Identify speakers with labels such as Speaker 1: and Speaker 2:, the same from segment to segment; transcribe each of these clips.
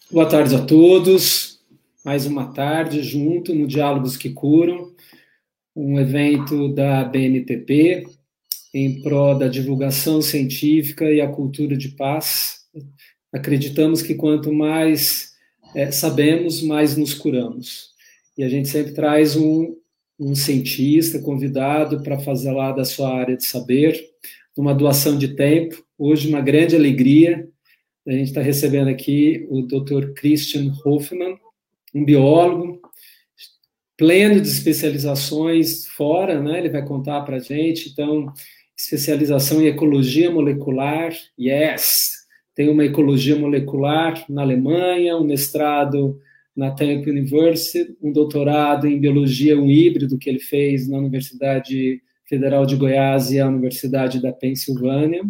Speaker 1: Boa tarde a todos. Mais uma tarde junto no Diálogos que Curam, um evento da BNPP em prol da divulgação científica e a cultura de paz. Acreditamos que quanto mais sabemos, mais nos curamos. E a gente sempre traz um cientista convidado para fazer lá da sua área de saber, uma doação de tempo. Hoje, uma grande alegria. A gente está recebendo aqui o Dr. Christian Hofmann, um biólogo, pleno de especializações fora, né? Ele vai contar para a gente. Então, especialização em ecologia molecular, yes! Tem uma ecologia molecular na Alemanha, um mestrado na Temple University, um doutorado em biologia, um híbrido que ele fez na Universidade Federal de Goiás e a Universidade da Pensilvânia.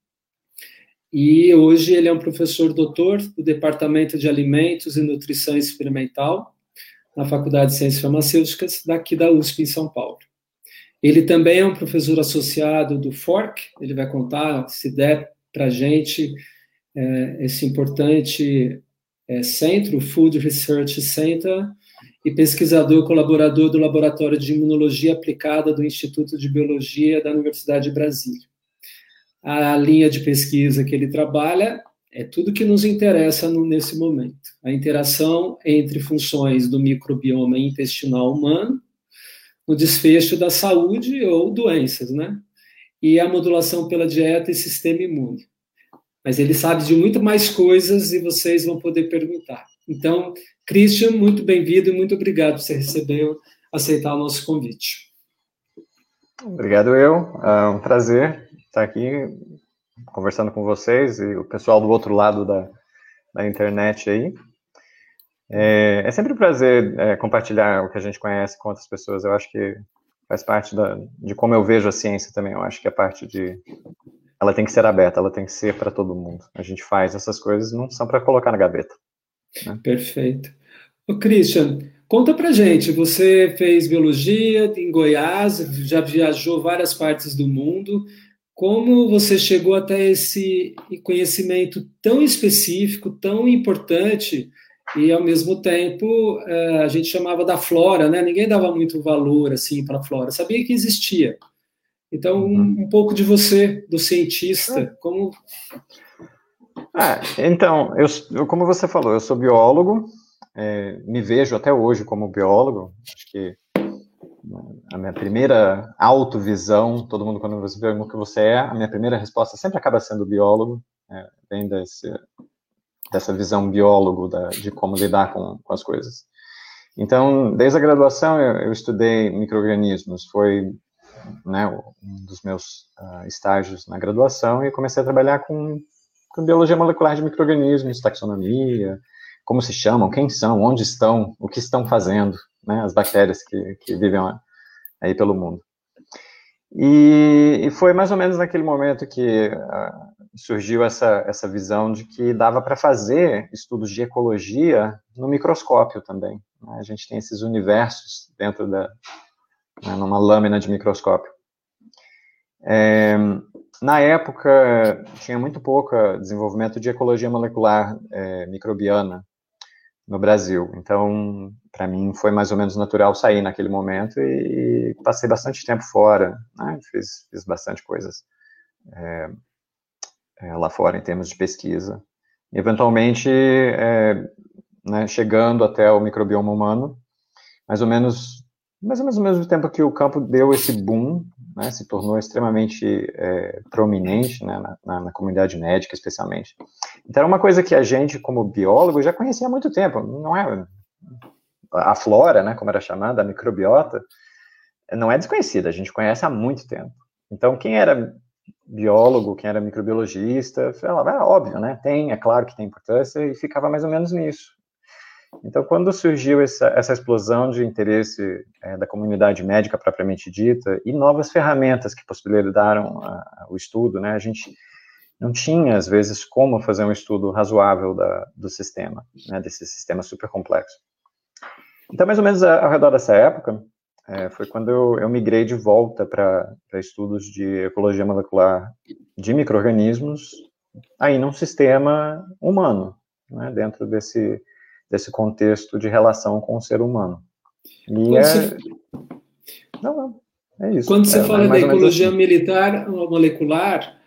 Speaker 1: E hoje ele é um professor doutor do Departamento de Alimentos e Nutrição Experimental na Faculdade de Ciências Farmacêuticas daqui da USP em São Paulo. Ele também é um professor associado do FORC, ele vai contar, se der para a gente, esse importante centro, Food Research Center, e pesquisador colaborador do Laboratório de Imunologia Aplicada do Instituto de Biologia da Universidade de Brasília. A linha de pesquisa que ele trabalha é tudo que nos interessa nesse momento. A interação entre funções do microbioma intestinal humano, o desfecho da saúde ou doenças, né? E a modulação pela dieta e sistema imune. Mas ele sabe de muito mais coisas e vocês vão poder perguntar. Então, Christian, muito bem-vindo e muito obrigado por você aceitar o nosso convite.
Speaker 2: Obrigado, é um prazer estar aqui conversando com vocês e o pessoal do outro lado da internet aí. É sempre um prazer compartilhar o que a gente conhece com outras pessoas. Eu acho que faz parte de como eu vejo a ciência também. Eu acho que a parte ela tem que ser aberta, ela tem que ser para todo mundo. A gente faz essas coisas, não são para colocar na gaveta. Né?
Speaker 1: Perfeito. Ô, Christian, conta pra gente, você fez biologia em Goiás, já viajou várias partes do mundo, como você chegou até esse conhecimento tão específico, tão importante, e ao mesmo tempo a gente chamava da flora, né? Ninguém dava muito valor assim para a flora, sabia que existia. Então, um pouco de você, do cientista, como...
Speaker 2: Então, como você falou, eu sou biólogo, me vejo até hoje como biólogo. Acho que a minha primeira autovisão, todo mundo quando você pergunta o que você é, a minha primeira resposta sempre acaba sendo biólogo, vem dessa visão biólogo de como lidar com as coisas. Então, desde a graduação eu estudei micro-organismos, foi um dos meus estágios na graduação, e comecei a trabalhar com biologia molecular de micro-organismos, taxonomia, como se chamam, quem são, onde estão, o que estão fazendo, né, as bactérias que vivem aí pelo mundo. E foi mais ou menos naquele momento que surgiu essa visão de que dava para fazer estudos de ecologia no microscópio também. Né? A gente tem esses universos dentro numa lâmina de microscópio. Na época, tinha muito pouco desenvolvimento de ecologia molecular microbiana no Brasil. Então, para mim, foi mais ou menos natural sair naquele momento e passei bastante tempo fora, né? Fiz bastante coisas lá fora em termos de pesquisa. E, eventualmente, chegando até o microbioma humano, mais ou menos ao mesmo tempo que o campo deu esse boom, né, se tornou extremamente prominente, né, na comunidade médica, especialmente. Então, era uma coisa que a gente, como biólogo, já conhecia há muito tempo. Não é a flora, né, como era chamada, a microbiota, não é desconhecida, a gente conhece há muito tempo. Então, quem era biólogo, quem era microbiologista, falava, óbvio, né, é claro que tem importância, e ficava mais ou menos nisso. Então, quando surgiu essa explosão de interesse da comunidade médica propriamente dita e novas ferramentas que possibilitaram o estudo, né, a gente não tinha, às vezes, como fazer um estudo razoável do sistema, né, desse sistema super complexo. Então, mais ou menos ao redor dessa época, foi quando eu migrei de volta para estudos de ecologia molecular de micro-organismos aí num sistema humano. né, dentro desse contexto de relação com o ser humano. E não, é isso.
Speaker 1: Quando você fala da
Speaker 2: mais ou menos
Speaker 1: ecologia
Speaker 2: assim.
Speaker 1: militar molecular,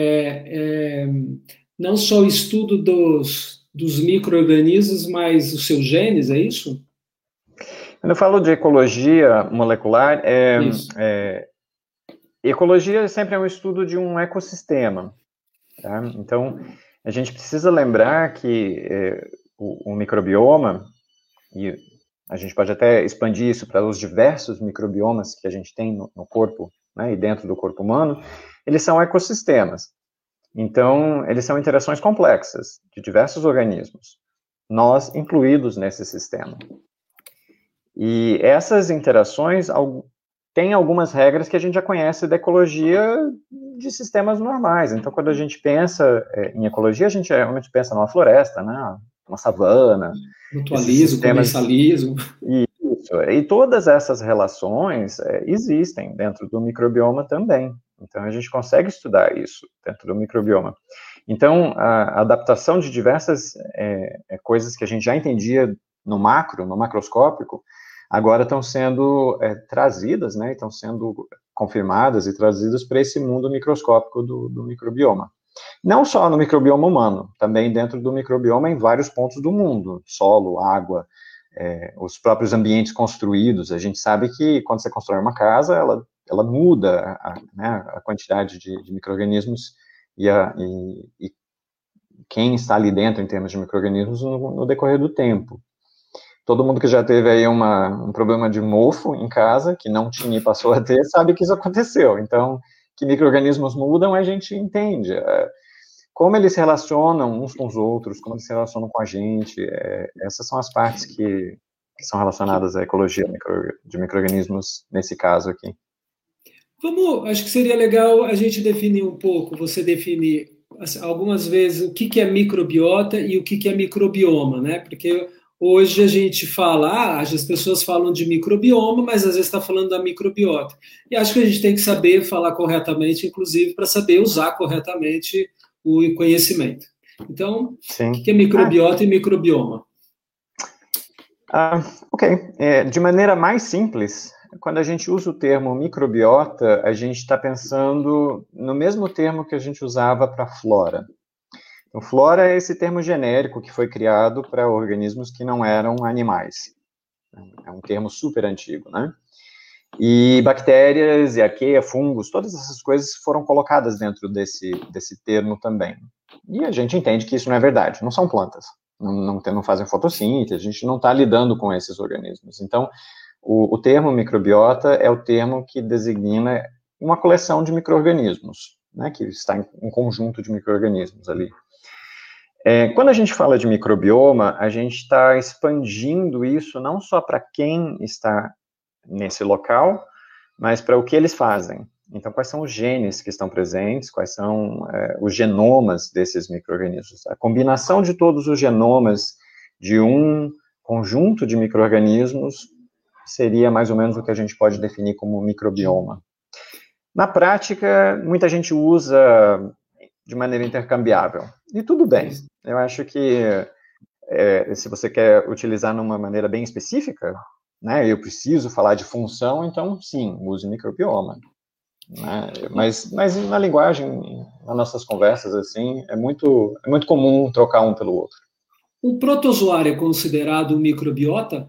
Speaker 1: não só o estudo dos micro-organismos, mas os seus genes, é isso?
Speaker 2: Quando eu falo de ecologia molecular,
Speaker 1: Isso.
Speaker 2: Ecologia sempre é um estudo de um ecossistema. Tá? Então, a gente precisa lembrar que o microbioma, e a gente pode até expandir isso para os diversos microbiomas que a gente tem no corpo, né, e dentro do corpo humano, eles são ecossistemas. Então, eles são interações complexas de diversos organismos, nós incluídos nesse sistema. E essas interações têm algumas regras que a gente já conhece da ecologia de sistemas normais. Então, quando a gente pensa em ecologia, a gente realmente pensa numa floresta, né, uma savana,
Speaker 1: Mutualismo, comensalismo.
Speaker 2: Isso. E todas essas relações existem dentro do microbioma também. Então, a gente consegue estudar isso dentro do microbioma. Então, a adaptação de diversas coisas que a gente já entendia no macroscópico, agora estão sendo trazidas, né, estão sendo confirmadas e trazidas para esse mundo microscópico do microbioma. Não só no microbioma humano, também dentro do microbioma em vários pontos do mundo, solo, água, os próprios ambientes construídos. A gente sabe que quando você constrói uma casa, ela muda a quantidade de micro-organismos e quem está ali dentro em termos de micro-organismos no decorrer do tempo. Todo mundo que já teve aí um problema de mofo em casa, que não tinha e passou a ter, sabe que isso aconteceu. Então, que micro-organismos mudam, a gente entende. Como eles se relacionam uns com os outros, como eles se relacionam com a gente, essas são as partes que são relacionadas à ecologia de micro-organismos, nesse caso aqui.
Speaker 1: Acho que seria legal a gente definir um pouco, você definir algumas vezes o que é microbiota e o que é microbioma, né? Porque hoje a gente fala, as pessoas falam de microbioma, mas às vezes está falando da microbiota. E acho que a gente tem que saber falar corretamente, inclusive, para saber usar corretamente o conhecimento. Então,
Speaker 2: Sim.
Speaker 1: O que é microbiota e microbioma?
Speaker 2: Ok. De maneira mais simples, quando a gente usa o termo microbiota, a gente está pensando no mesmo termo que a gente usava para flora. Então, flora é esse termo genérico que foi criado para organismos que não eram animais. É um termo super antigo, né? E bactérias, e arqueia, fungos, todas essas coisas foram colocadas dentro desse termo também. E a gente entende que isso não é verdade, não são plantas, não fazem fotossíntese, a gente não está lidando com esses organismos. Então, o termo microbiota é o termo que designa uma coleção de micro-organismos, né, que está em um conjunto de micro-organismos ali. Quando a gente fala de microbioma, a gente está expandindo isso não só para quem está nesse local, mas para o que eles fazem. Então, quais são os genes que estão presentes, quais são os genomas desses micro-organismos. A combinação de todos os genomas de um conjunto de micro-organismos seria mais ou menos o que a gente pode definir como microbioma. Na prática, muita gente usa de maneira intercambiável. E tudo bem. Eu acho que se você quer utilizar numa maneira bem específica, né, eu preciso falar de função, então sim, use microbioma. Né? Mas na linguagem, nas nossas conversas, assim, é muito comum trocar um pelo outro.
Speaker 1: O protozoário é considerado um microbiota?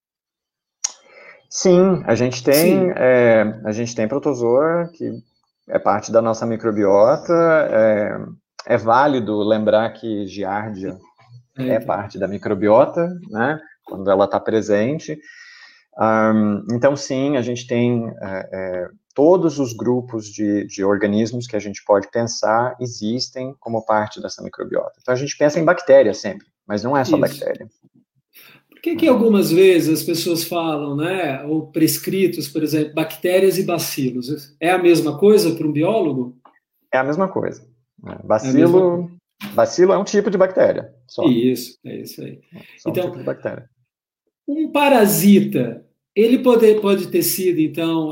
Speaker 2: Sim, a gente tem protozoa que é parte da nossa microbiota. É válido lembrar que Giardia é parte da microbiota, né, quando ela está presente. Então, sim, a gente tem todos os grupos de organismos que a gente pode pensar existem como parte dessa microbiota. Então, a gente pensa em bactérias sempre, mas não é só bactéria.
Speaker 1: Por que algumas vezes as pessoas falam, né, ou prescritos, por exemplo, bactérias e bacilos? É a mesma coisa para um biólogo?
Speaker 2: É a mesma coisa. Bacilo é um tipo de bactéria. Só.
Speaker 1: Isso, é isso aí.
Speaker 2: Só então, um tipo de bactéria.
Speaker 1: Um parasita, ele pode ter sido, então,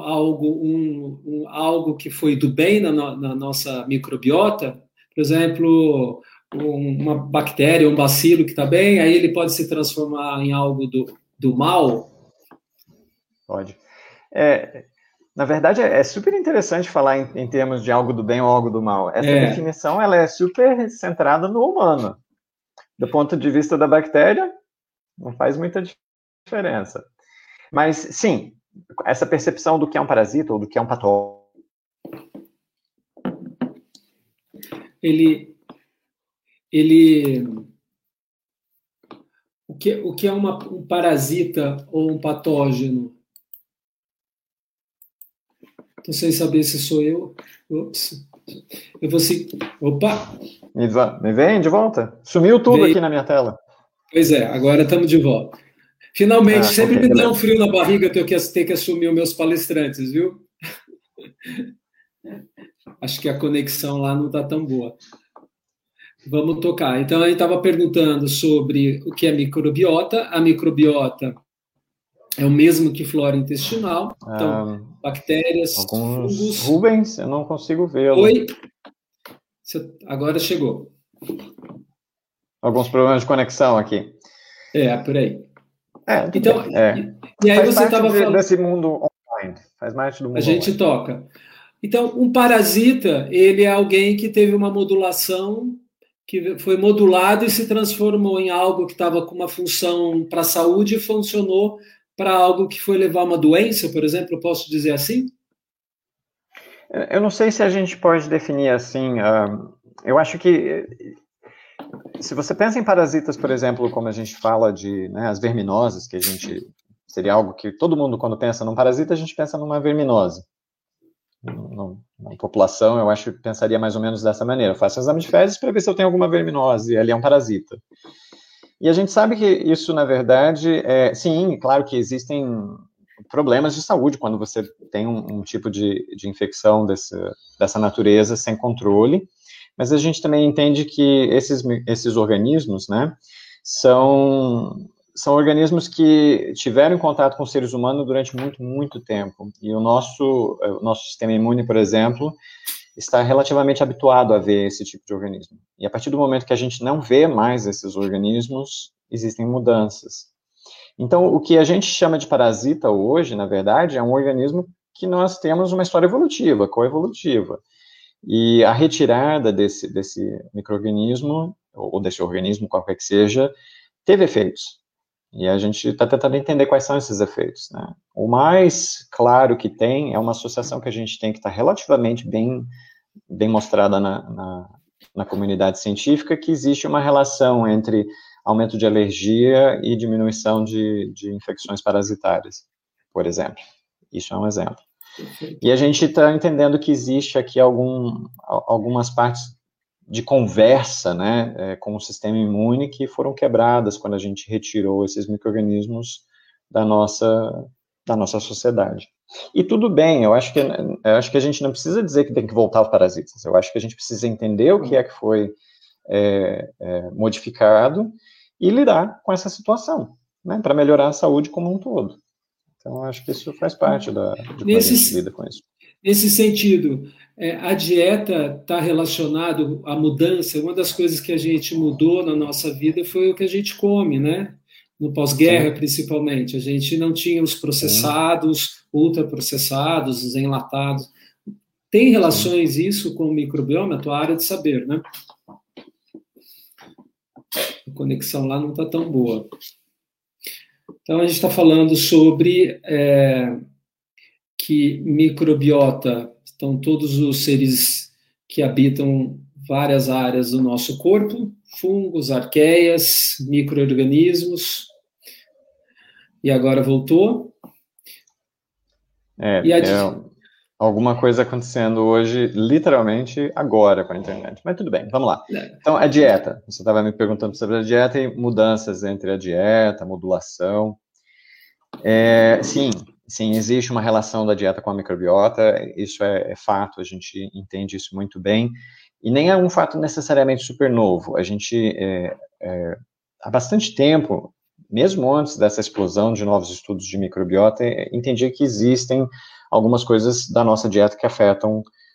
Speaker 1: algo que foi do bem na nossa microbiota? Por exemplo, uma bactéria, um bacilo que está bem, aí ele pode se transformar em algo do mal?
Speaker 2: Pode. Na verdade, é super interessante falar em termos de algo do bem ou algo do mal. Essa definição ela é super centrada no humano. Do ponto de vista da bactéria, não faz muita diferença. Mas, sim, essa percepção do que é um parasita ou do que é um patógeno.
Speaker 1: O que é um parasita ou um patógeno? Estou sem saber se sou eu. Ops. Eu vou se... Opa!
Speaker 2: Me vem de volta? Sumiu tudo aqui na minha tela.
Speaker 1: Pois é, agora estamos de volta. Finalmente, sempre me dá um frio na barriga ter que assumir os meus palestrantes, viu? Acho que a conexão lá não está tão boa. Vamos tocar. Então, a gente estava perguntando sobre o que é microbiota. A microbiota é o mesmo que flora intestinal. Então, bactérias, fungos...
Speaker 2: Rubens, eu não consigo vê-lo.
Speaker 1: Oi? Agora chegou.
Speaker 2: Alguns problemas de conexão aqui.
Speaker 1: Por aí.
Speaker 2: Então,
Speaker 1: e aí você estava falando...
Speaker 2: desse mundo online. Faz parte do mundo
Speaker 1: A gente
Speaker 2: online.
Speaker 1: toca. Então, um parasita, ele é alguém que teve uma modulação, que foi modulado e se transformou em algo que estava com uma função para a saúde e funcionou para algo que foi levar uma doença, por exemplo, eu posso dizer assim?
Speaker 2: Eu não sei se a gente pode definir assim. Eu acho que se você pensa em parasitas, por exemplo, como a gente fala de as verminosas, que a gente seria algo que todo mundo, quando pensa num parasita, a gente pensa numa verminosa. Na população, eu acho que pensaria mais ou menos dessa maneira. Eu faço exame de fezes para ver se eu tenho alguma verminose, e ali é um parasita. E a gente sabe que isso, na verdade, sim, claro que existem problemas de saúde quando você tem um tipo de infecção dessa natureza sem controle, mas a gente também entende que esses organismos, são organismos que tiveram contato com seres humanos durante muito, muito tempo. E o nosso sistema imune, por exemplo, está relativamente habituado a ver esse tipo de organismo. E a partir do momento que a gente não vê mais esses organismos, existem mudanças. Então, o que a gente chama de parasita hoje, na verdade, é um organismo que nós temos uma história evolutiva, coevolutiva. E a retirada desse micro-organismo, ou desse organismo, qualquer que seja, teve efeitos. E a gente está tentando entender quais são esses efeitos. O mais claro que tem é uma associação que a gente tem que está relativamente bem mostrada na comunidade científica, que existe uma relação entre aumento de alergia e diminuição de infecções parasitárias, por exemplo. Isso é um exemplo. E a gente está entendendo que existe aqui algumas partes de conversa, com o sistema imune que foram quebradas quando a gente retirou esses micro-organismos da nossa sociedade. E tudo bem, eu acho que a gente não precisa dizer que tem que voltar aos parasitas, eu acho que a gente precisa entender o que é que foi modificado e lidar com essa situação, para melhorar a saúde como um todo. Então, eu acho que isso faz parte de como a gente lida com isso.
Speaker 1: Nesse sentido, a dieta está relacionada à mudança. Uma das coisas que a gente mudou na nossa vida foi o que a gente come, no pós-guerra, principalmente. A gente não tinha os processados, ultraprocessados, os enlatados. Tem relações isso com o microbioma? A tua área de saber, A conexão lá não está tão boa. Então, a gente está falando sobre que microbiota estão todos os seres que habitam várias áreas do nosso corpo, fungos, arqueias, micro-organismos. E agora voltou.
Speaker 2: Alguma coisa acontecendo hoje, literalmente agora com a internet. Mas tudo bem, vamos lá. Então, a dieta. Você estava me perguntando sobre a dieta e mudanças entre a dieta, a modulação. Sim, existe uma relação da dieta com a microbiota, isso é fato, a gente entende isso muito bem. E nem é um fato necessariamente super novo. A gente, há bastante tempo, mesmo antes dessa explosão de novos estudos de microbiota, entendia que existem algumas coisas da nossa dieta que afetam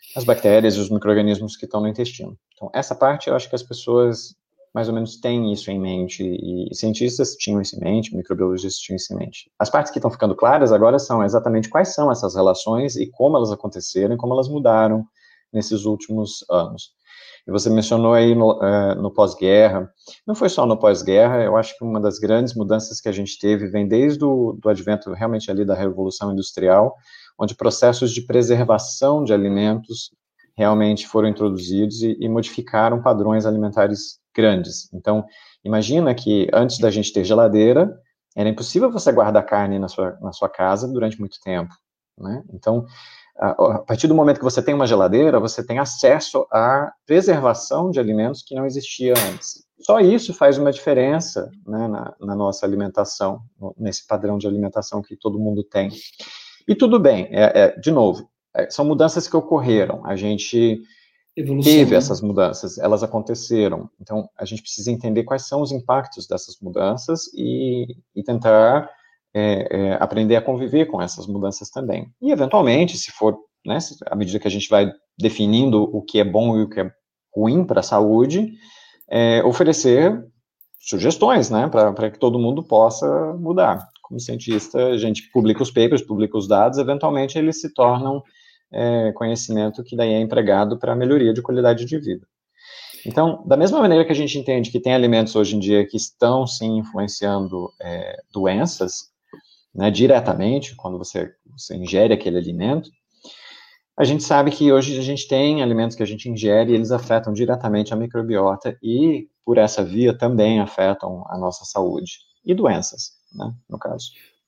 Speaker 2: as bactérias e os micro-organismos que estão no intestino. Então, essa parte eu acho que as pessoas mais ou menos têm isso em mente, e cientistas tinham isso em mente, microbiologistas tinham isso em mente. As partes que estão ficando claras agora são exatamente quais são essas relações e como elas aconteceram e como elas mudaram nesses últimos anos. E você mencionou aí no pós-guerra, não foi só no pós-guerra, eu acho que uma das grandes mudanças que a gente teve vem desde o advento realmente ali da Revolução Industrial, onde processos de preservação de alimentos realmente foram introduzidos e modificaram padrões alimentares grandes. Então, imagina que antes da gente ter geladeira, era impossível você guardar carne na sua casa durante muito tempo, né? Então, a partir do momento que você tem uma geladeira, você tem acesso à preservação de alimentos que não existia antes. Só isso faz uma diferença, né, na nossa alimentação, nesse padrão de alimentação que todo mundo tem. E tudo bem, de novo, são mudanças que ocorreram, a gente teve essas mudanças, elas aconteceram, então a gente precisa entender quais são os impactos dessas mudanças e tentar aprender a conviver com essas mudanças também. E, eventualmente, se for, né, à medida que a gente vai definindo o que é bom e o que é ruim para a saúde, oferecer sugestões, né, para que todo mundo possa mudar. Como cientista, a gente publica os papers, publica os dados, eventualmente eles se tornam conhecimento que daí é empregado para a melhoria de qualidade de vida. Então, da mesma maneira que a gente entende que tem alimentos hoje em dia que estão, sim, influenciando doenças, né, diretamente, quando você ingere aquele alimento, a gente sabe que hoje a gente tem alimentos que a gente ingere e eles afetam diretamente a microbiota e, por essa via, também afetam a nossa saúde e doenças, né, no caso.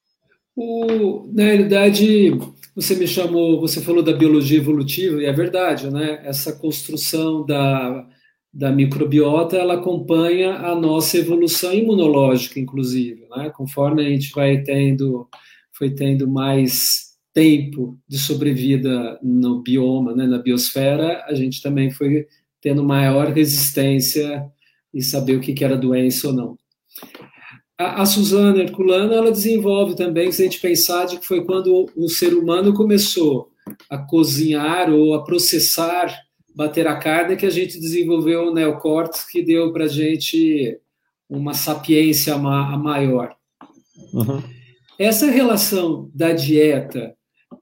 Speaker 1: Na realidade, você falou da biologia evolutiva, e é verdade, né? Essa construção da microbiota, ela acompanha a nossa evolução imunológica, inclusive, né? Conforme a gente foi tendo mais tempo de sobrevida no bioma, né? Na biosfera, a gente também foi tendo maior resistência e saber o que era doença ou não. A Suzana Herculano, ela desenvolve também, se a gente pensar, de que foi quando o ser humano começou a cozinhar ou a processar, bater a carne, que a gente desenvolveu o neocórtex, que deu para a gente uma sapiência maior.
Speaker 2: Uhum.
Speaker 1: Essa relação da dieta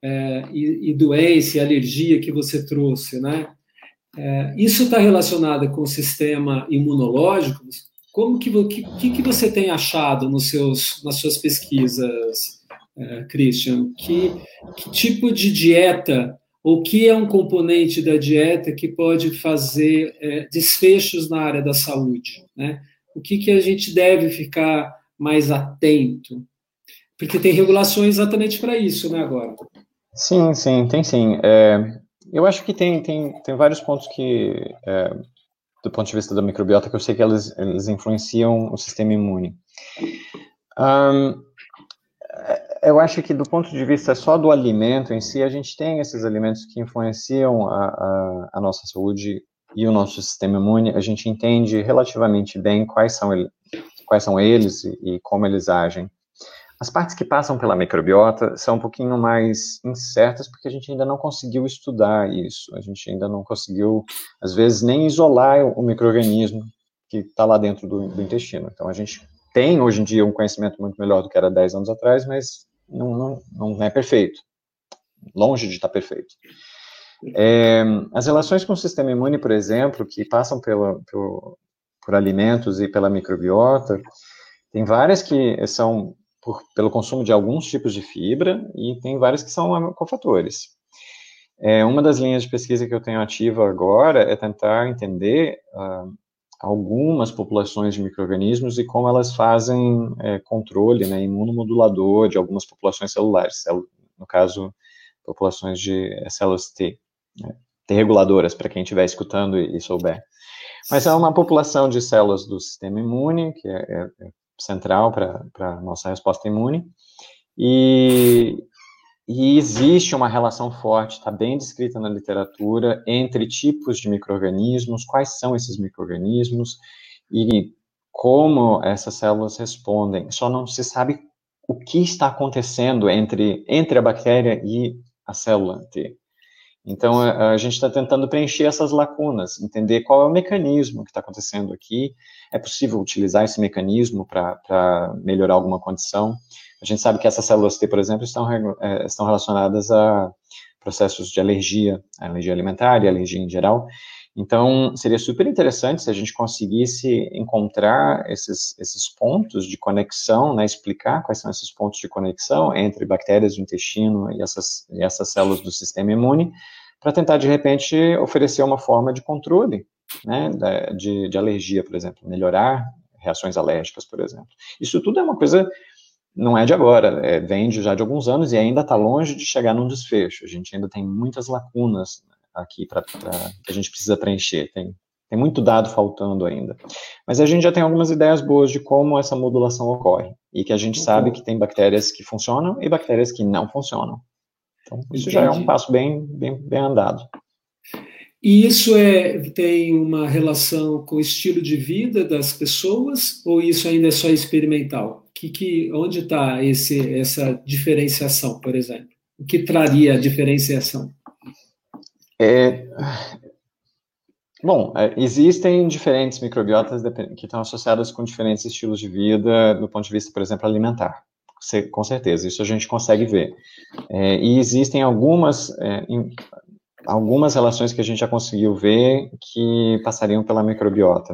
Speaker 1: e doença e alergia que você trouxe, né? Isso está relacionado com o sistema imunológico? Como que você tem achado nas suas pesquisas, Christian? Que tipo de dieta, ou que é um componente da dieta que pode fazer desfechos na área da saúde, né? O que a gente deve ficar mais atento? Porque tem regulações exatamente para isso, né, agora?
Speaker 2: Sim, tem sim. Eu acho que tem vários pontos que, do ponto de vista da microbiota, que eu sei que eles influenciam o sistema imune. Eu acho que do ponto de vista só do alimento em si, a gente tem esses alimentos que influenciam a nossa saúde e o nosso sistema imune. A gente entende relativamente bem quais são eles e como eles agem. As partes que passam pela microbiota são um pouquinho mais incertas, porque a gente ainda não conseguiu estudar isso. A gente ainda não conseguiu, às vezes, nem isolar o micro-organismo que está lá dentro do intestino. Então, a gente tem, hoje em dia, um conhecimento muito melhor do que era 10 anos atrás, mas não é perfeito. Longe de estar perfeito. As relações com o sistema imune, por exemplo, que passam por alimentos e pela microbiota, tem várias que são pelo consumo de alguns tipos de fibra, e tem várias que são cofatores. Uma das linhas de pesquisa que eu tenho ativa agora é tentar entender algumas populações de micro-organismos e como elas fazem controle, né, imunomodulador de algumas populações celulares, no caso, populações de células T, né, T reguladoras, para quem estiver escutando e souber. Mas é uma população de células do sistema imune, que é central para a nossa resposta imune, e existe uma relação forte, está bem descrita na literatura, entre tipos de micro-organismos, quais são esses micro-organismos e como essas células respondem. Só não se sabe o que está acontecendo entre a bactéria e a célula T. Então, a gente está tentando preencher essas lacunas, entender qual é o mecanismo que está acontecendo aqui. É possível utilizar esse mecanismo para melhorar alguma condição? A gente sabe que essas células T, por exemplo, estão relacionadas a processos de alergia alimentar e alergia em geral. Então, seria super interessante se a gente conseguisse encontrar esses pontos de conexão, né, explicar quais são esses pontos de conexão entre bactérias do intestino e essas células do sistema imune, para tentar, de repente, oferecer uma forma de controle, né, de alergia, por exemplo, melhorar reações alérgicas, por exemplo. Isso tudo é uma coisa, não é de agora, vem já de alguns anos e ainda está longe de chegar num desfecho. A gente ainda tem muitas lacunas aqui que a gente precisa preencher, tem muito dado faltando ainda. Mas a gente já tem algumas ideias boas de como essa modulação ocorre, e que a gente sabe que tem bactérias que funcionam e bactérias que não funcionam. Então, isso já é um passo bem andado.
Speaker 1: E isso tem uma relação com o estilo de vida das pessoas, ou isso ainda é só experimental? Onde está essa diferenciação, por exemplo? O que traria a diferenciação?
Speaker 2: Bom, existem diferentes microbiotas que estão associadas com diferentes estilos de vida, do ponto de vista, por exemplo, alimentar. Com certeza, isso a gente consegue ver. E existem algumas relações que a gente já conseguiu ver que passariam pela microbiota.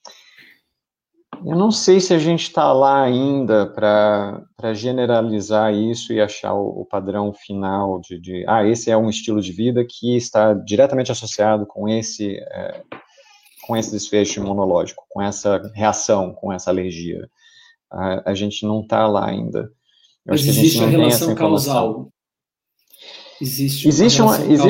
Speaker 2: Eu não sei se a gente está lá ainda para generalizar isso e achar o padrão final esse é um estilo de vida que está diretamente associado com esse desfecho imunológico, com essa reação, com essa alergia. A gente não está lá ainda.
Speaker 1: Mas existe a relação causal. Existe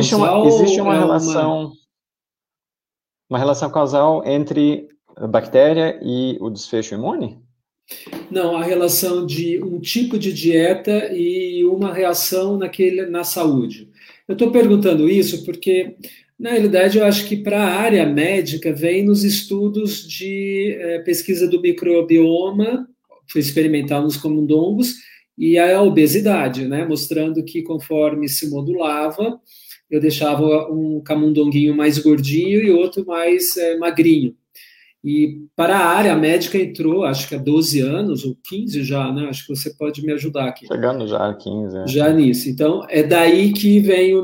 Speaker 2: uma relação causal entre a bactéria e o desfecho imune?
Speaker 1: Não, a relação de um tipo de dieta e uma reação na saúde. Eu estou perguntando isso porque, na realidade, eu acho que para a área médica vem nos estudos de pesquisa do microbioma, foi experimental nos camundongos, e a obesidade, né, mostrando que conforme se modulava, eu deixava um camundonguinho mais gordinho e outro mais magrinho. E para a área médica entrou, acho que há 12 anos, ou 15 já, né? Acho que você pode me ajudar aqui.
Speaker 2: Chegando já a 15.
Speaker 1: Já nisso. Então, é daí que vem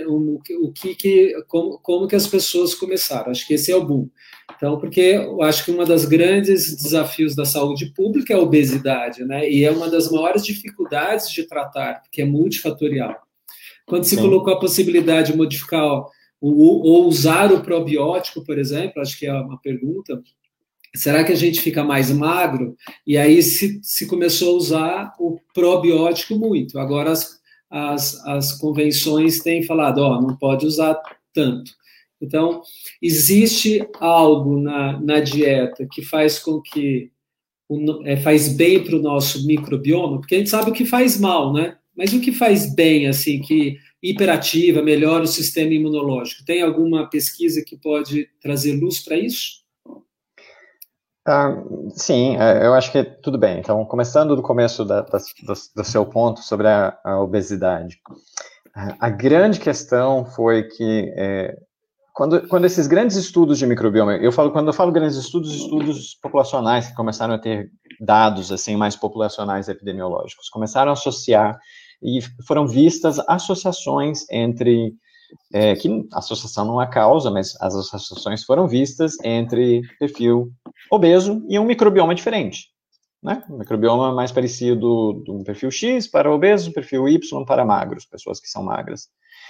Speaker 1: como que as pessoas começaram. Acho que esse é o boom. Então, porque eu acho que um dos grandes desafios da saúde pública é a obesidade, né? E é uma das maiores dificuldades de tratar, porque é multifatorial. Quando se colocou a possibilidade de modificar ou usar o probiótico, por exemplo, acho que é uma pergunta, será que a gente fica mais magro? E aí se começou a usar o probiótico muito. Agora as convenções têm falado, não pode usar tanto. Então, existe algo na dieta que faz com que faz bem para o nosso microbioma, porque a gente sabe o que faz mal, né? Mas o que faz bem, assim, que hiperativa, melhora o sistema imunológico? Tem alguma pesquisa que pode trazer luz para isso?
Speaker 2: Sim, eu acho que tudo bem. Então, começando do começo do seu ponto sobre a obesidade. A grande questão foi que quando esses grandes estudos de microbioma, quando eu falo grandes estudos populacionais que começaram a ter dados assim mais populacionais epidemiológicos, começaram a associar e foram vistas associações entre que a associação não é causa, mas as associações foram vistas entre perfil obeso e um microbioma diferente, né? Um microbioma mais parecido do perfil X para obeso, perfil Y para magros, pessoas que são magras.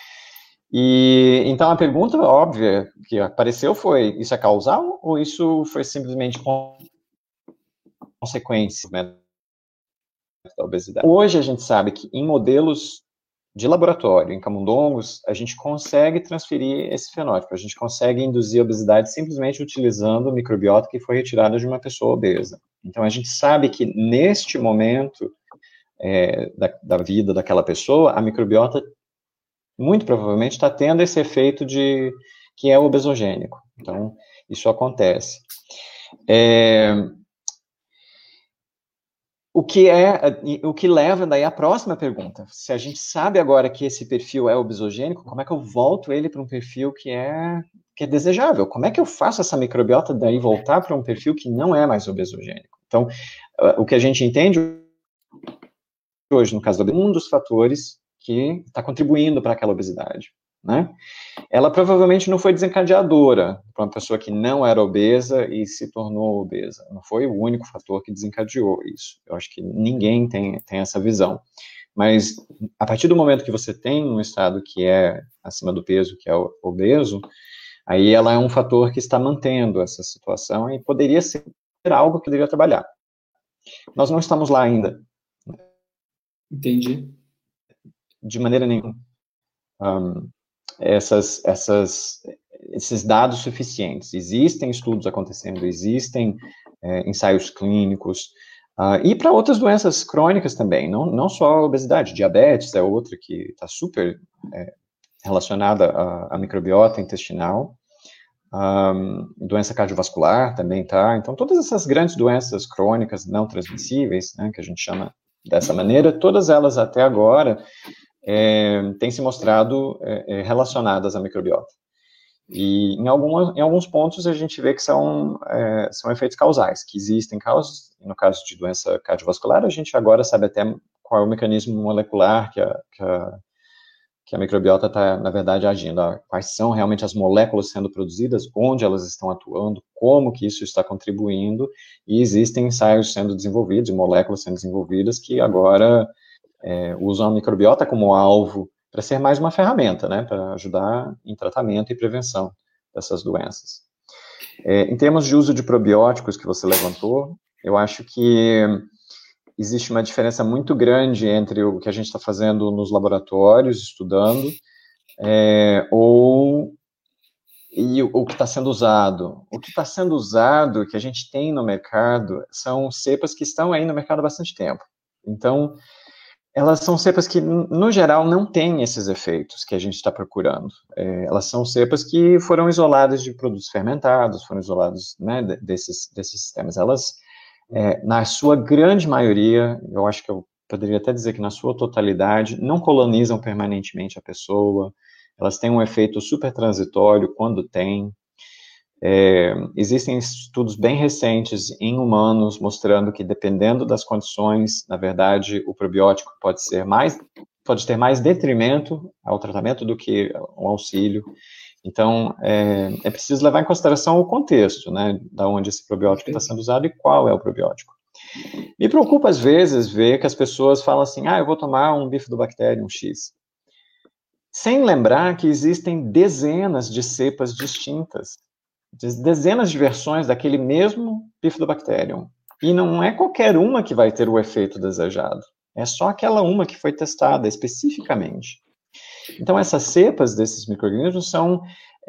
Speaker 2: E então a pergunta óbvia que apareceu foi: isso é causal ou isso foi simplesmente consequência da obesidade? Hoje a gente sabe que em modelos de laboratório, em camundongos, a gente consegue transferir esse fenótipo, a gente consegue induzir a obesidade simplesmente utilizando o microbiota que foi retirado de uma pessoa obesa. Então a gente sabe que neste momento da vida daquela pessoa, a microbiota muito provavelmente está tendo esse efeito que é obesogênico. Então, isso acontece. O que leva daí à próxima pergunta. Se a gente sabe agora que esse perfil é obesogênico, como é que eu volto ele para um perfil que é desejável? Como é que eu faço essa microbiota daí voltar para um perfil que não é mais obesogênico? Então, o que a gente entende hoje, no caso do um dos fatores que está contribuindo para aquela obesidade, né? Ela provavelmente não foi desencadeadora para uma pessoa que não era obesa e se tornou obesa. Não foi o único fator que desencadeou isso. Eu acho que ninguém tem essa visão. Mas, a partir do momento que você tem um estado que é acima do peso, que é obeso, aí ela é um fator que está mantendo essa situação e poderia ser algo que deveria trabalhar. Nós não estamos lá ainda.
Speaker 1: Entendi.
Speaker 2: De maneira nenhuma. Esses dados suficientes. Existem estudos acontecendo, existem ensaios clínicos, e para outras doenças crônicas também, não só a obesidade, diabetes é outra que está super relacionada à microbiota intestinal, doença cardiovascular também está, então todas essas grandes doenças crônicas não transmissíveis, né, que a gente chama dessa maneira, todas elas até agora têm se mostrado relacionadas à microbiota. E em alguns pontos a gente vê que são efeitos causais, que existem causas, no caso de doença cardiovascular, a gente agora sabe até qual é o mecanismo molecular que a microbiota está, na verdade, agindo, quais são realmente as moléculas sendo produzidas, onde elas estão atuando, como que isso está contribuindo, e existem ensaios sendo desenvolvidos, moléculas sendo desenvolvidas, que agora usam a microbiota como alvo para ser mais uma ferramenta, né, para ajudar em tratamento e prevenção dessas doenças. Em termos de uso de probióticos que você levantou, eu acho que existe uma diferença muito grande entre o que a gente está fazendo nos laboratórios, estudando, e o que está sendo usado. O que está sendo usado, que a gente tem no mercado, são cepas que estão aí no mercado há bastante tempo. Então, elas são cepas que, no geral, não têm esses efeitos que a gente está procurando. Elas são cepas que foram isoladas de produtos fermentados, foram isoladas, né, desses sistemas. Elas, na sua grande maioria, eu acho que eu poderia até dizer que na sua totalidade, não colonizam permanentemente a pessoa, elas têm um efeito super transitório quando tem. Existem estudos bem recentes em humanos mostrando que, dependendo das condições, na verdade, o probiótico pode ter mais detrimento ao tratamento do que um auxílio. Então, é preciso levar em consideração o contexto, né, da onde esse probiótico está sendo usado e qual é o probiótico. Me preocupa, às vezes, ver que as pessoas falam assim, eu vou tomar um Bifidobacterium X, sem lembrar que existem dezenas de cepas distintas, dezenas de versões daquele mesmo Bifidobacterium. E não é qualquer uma que vai ter o efeito desejado. É só aquela uma que foi testada especificamente. Então, essas cepas desses micro-organismos são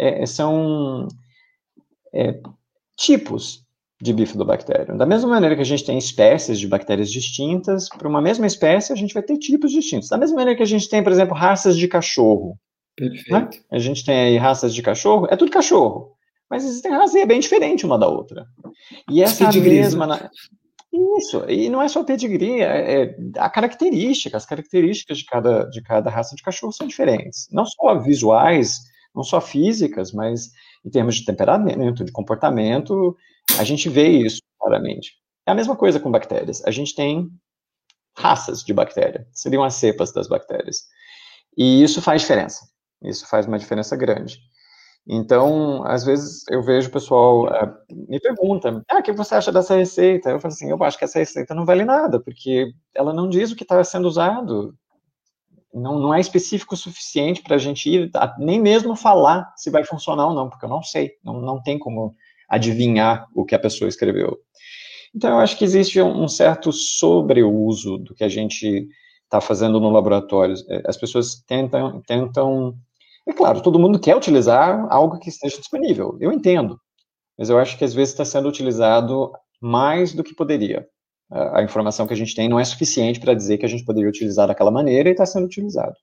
Speaker 2: tipos de Bifidobacterium. Da mesma maneira que a gente tem espécies de bactérias distintas, para uma mesma espécie a gente vai ter tipos distintos. Da mesma maneira que a gente tem, por exemplo, raças de cachorro.
Speaker 1: Perfeito.
Speaker 2: Né? A gente tem aí raças de cachorro, é tudo cachorro. Mas existem raças e é bem diferente uma da outra. E essa mesma... Isso, e não é só pedigree, as características de cada raça de cachorro são diferentes. Não só visuais, não só físicas, mas em termos de temperamento, de comportamento, a gente vê isso claramente. É a mesma coisa com bactérias. A gente tem raças de bactéria, seriam as cepas das bactérias. E isso faz diferença. Isso faz uma diferença grande. Então, às vezes, eu vejo o pessoal me pergunta, o que você acha dessa receita? Eu falo assim, eu acho que essa receita não vale nada, porque ela não diz o que está sendo usado. Não é específico o suficiente para a gente ir, nem mesmo falar se vai funcionar ou não, porque eu não sei, não tem como adivinhar o que a pessoa escreveu. Então, eu acho que existe um certo sobreuso do que a gente está fazendo no laboratório. As pessoas tentam... É claro, todo mundo quer utilizar algo que esteja disponível, eu entendo, mas eu acho que às vezes está sendo utilizado mais do que poderia. A informação que a gente tem não é suficiente para dizer que a gente poderia utilizar daquela maneira e está sendo utilizado.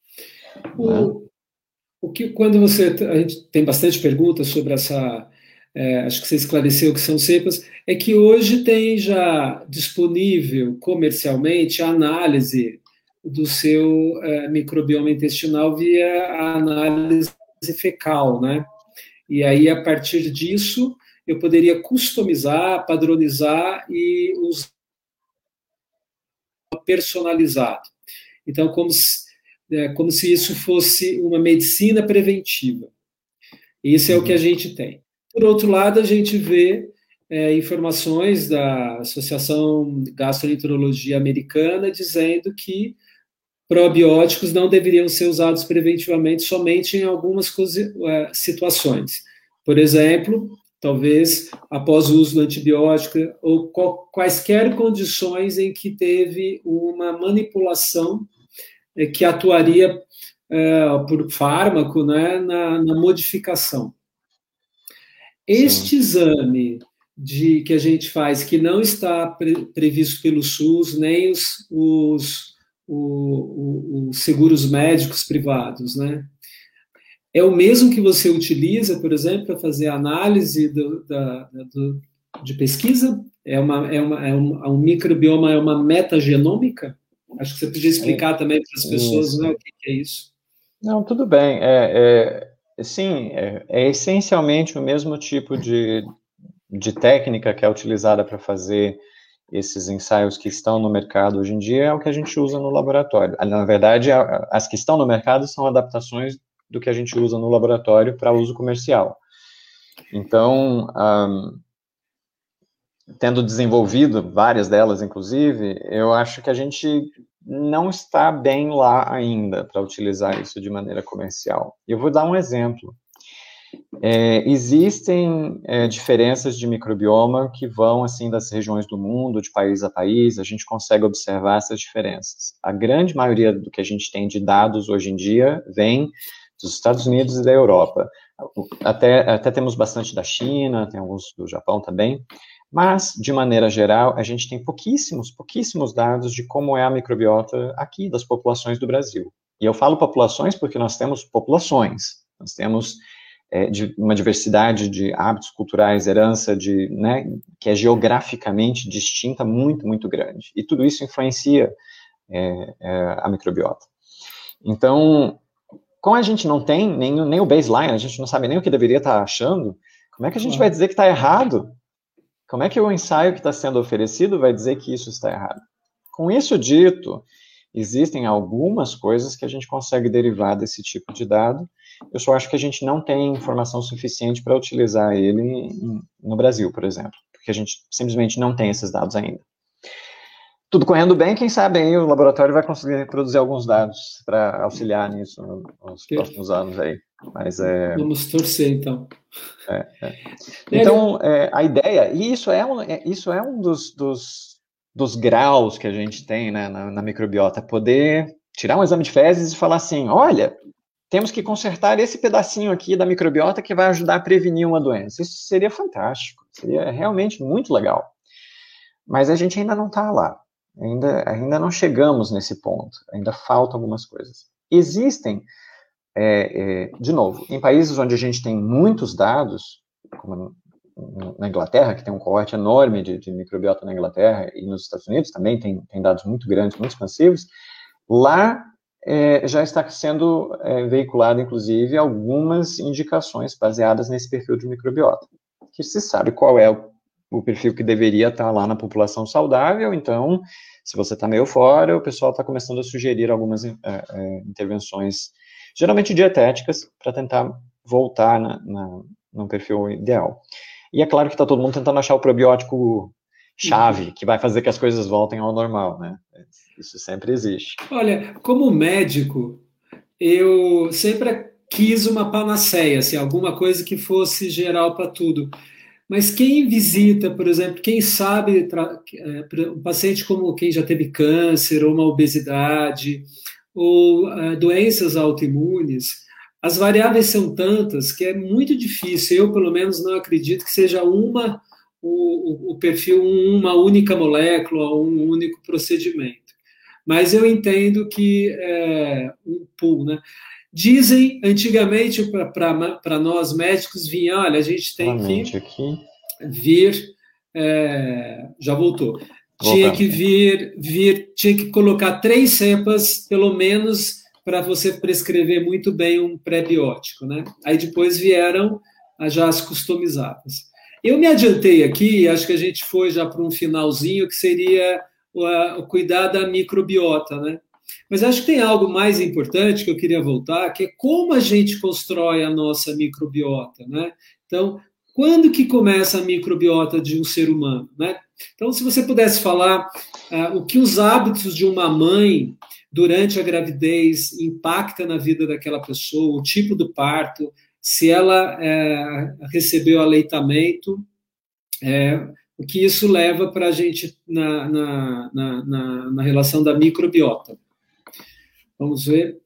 Speaker 1: Quando a gente tem bastante perguntas sobre essa acho que você esclareceu o que são cepas, é que hoje tem já disponível comercialmente a análise do seu microbioma intestinal via a análise fecal, né? E aí, a partir disso, eu poderia customizar, padronizar e usar personalizado. Então, como se isso fosse uma medicina preventiva. Isso é o que a gente tem. Por outro lado, a gente vê informações da Associação Gastroenterologia Americana dizendo que probióticos não deveriam ser usados preventivamente somente em algumas situações. Por exemplo, talvez após o uso do antibiótico ou quaisquer condições em que teve uma manipulação que atuaria por fármaco, né, na modificação. Este Sim. Exame que a gente faz, que não está previsto pelo SUS, nem os seguros médicos privados, né? É o mesmo que você utiliza, por exemplo, para fazer análise de pesquisa? Um microbioma é uma metagenômica? Acho que você podia explicar também para as pessoas, né, o que é isso.
Speaker 2: Não, tudo bem. Sim, é essencialmente o mesmo tipo de técnica que é utilizada para fazer esses ensaios que estão no mercado hoje em dia, é o que a gente usa no laboratório. Na verdade, as que estão no mercado são adaptações do que a gente usa no laboratório para uso comercial. Então, tendo desenvolvido várias delas, inclusive, eu acho que a gente não está bem lá ainda para utilizar isso de maneira comercial. Eu vou dar um exemplo. Existem diferenças de microbioma que vão, assim, das regiões do mundo, de país a país, a gente consegue observar essas diferenças. A grande maioria do que a gente tem de dados hoje em dia vem dos Estados Unidos e da Europa. Até temos bastante da China, tem alguns do Japão também, mas, de maneira geral, a gente tem pouquíssimos dados de como é a microbiota aqui das populações do Brasil. E eu falo populações porque nós temos populações, nós temos de uma diversidade de hábitos culturais, herança né, que é geograficamente distinta, muito, muito grande. E tudo isso influencia a microbiota. Então, como a gente não tem nem o baseline, a gente não sabe nem o que deveria estar achando, como é que a gente vai dizer que está errado? Como é que o ensaio que está sendo oferecido vai dizer que isso está errado? Com isso dito, existem algumas coisas que a gente consegue derivar desse tipo de dado. Eu só acho que a gente não tem informação suficiente para utilizar ele no Brasil, por exemplo, porque a gente simplesmente não tem esses dados ainda. Tudo correndo bem, quem sabe aí o laboratório vai conseguir produzir alguns dados para auxiliar nisso nos próximos anos aí. Mas
Speaker 1: Vamos torcer, então.
Speaker 2: Então, a ideia, e isso é um dos graus que a gente tem, né, na microbiota, poder tirar um exame de fezes e falar assim, olha, temos que consertar esse pedacinho aqui da microbiota que vai ajudar a prevenir uma doença. Isso seria fantástico, seria realmente muito legal. Mas a gente ainda não está lá, ainda não chegamos nesse ponto, ainda faltam algumas coisas. Existem, de novo, em países onde a gente tem muitos dados, como na Inglaterra, que tem um cohorte enorme de microbiota na Inglaterra, e nos Estados Unidos também tem dados muito grandes, muito expansivos, lá já está sendo veiculado, inclusive, algumas indicações baseadas nesse perfil de microbiota, que se sabe qual é o perfil que deveria estar lá na população saudável. Então, se você está meio fora, o pessoal está começando a sugerir algumas intervenções, geralmente dietéticas, para tentar voltar no perfil ideal. E é claro que está todo mundo tentando achar o probiótico chave, que vai fazer que as coisas voltem ao normal, né? Isso sempre existe.
Speaker 1: Olha, como médico, eu sempre quis uma panaceia, assim, alguma coisa que fosse geral para tudo. Mas quem visita, por exemplo, quem sabe, um paciente como quem já teve câncer ou uma obesidade, ou doenças autoimunes, as variáveis são tantas que é muito difícil. Eu, pelo menos, não acredito que seja o perfil, uma única molécula, um único procedimento. Mas eu entendo que um pool, né? Dizem, antigamente, para nós médicos, vinha, olha, a gente tem que vir, já voltou, tinha que tinha que colocar 3 cepas, pelo menos, para você prescrever muito bem um pré-biótico, né? Aí depois vieram já as customizadas. Eu me adiantei aqui, acho que a gente foi já para um finalzinho, que seria o cuidar da microbiota, né? Mas acho que tem algo mais importante que eu queria voltar, que é como a gente constrói a nossa microbiota, né? Então, quando que começa a microbiota de um ser humano, né? Então, se você pudesse falar o que os hábitos de uma mãe durante a gravidez impacta na vida daquela pessoa, o tipo do parto, se ela recebeu aleitamento, o que isso leva para a gente na relação da microbiota. Vamos ver.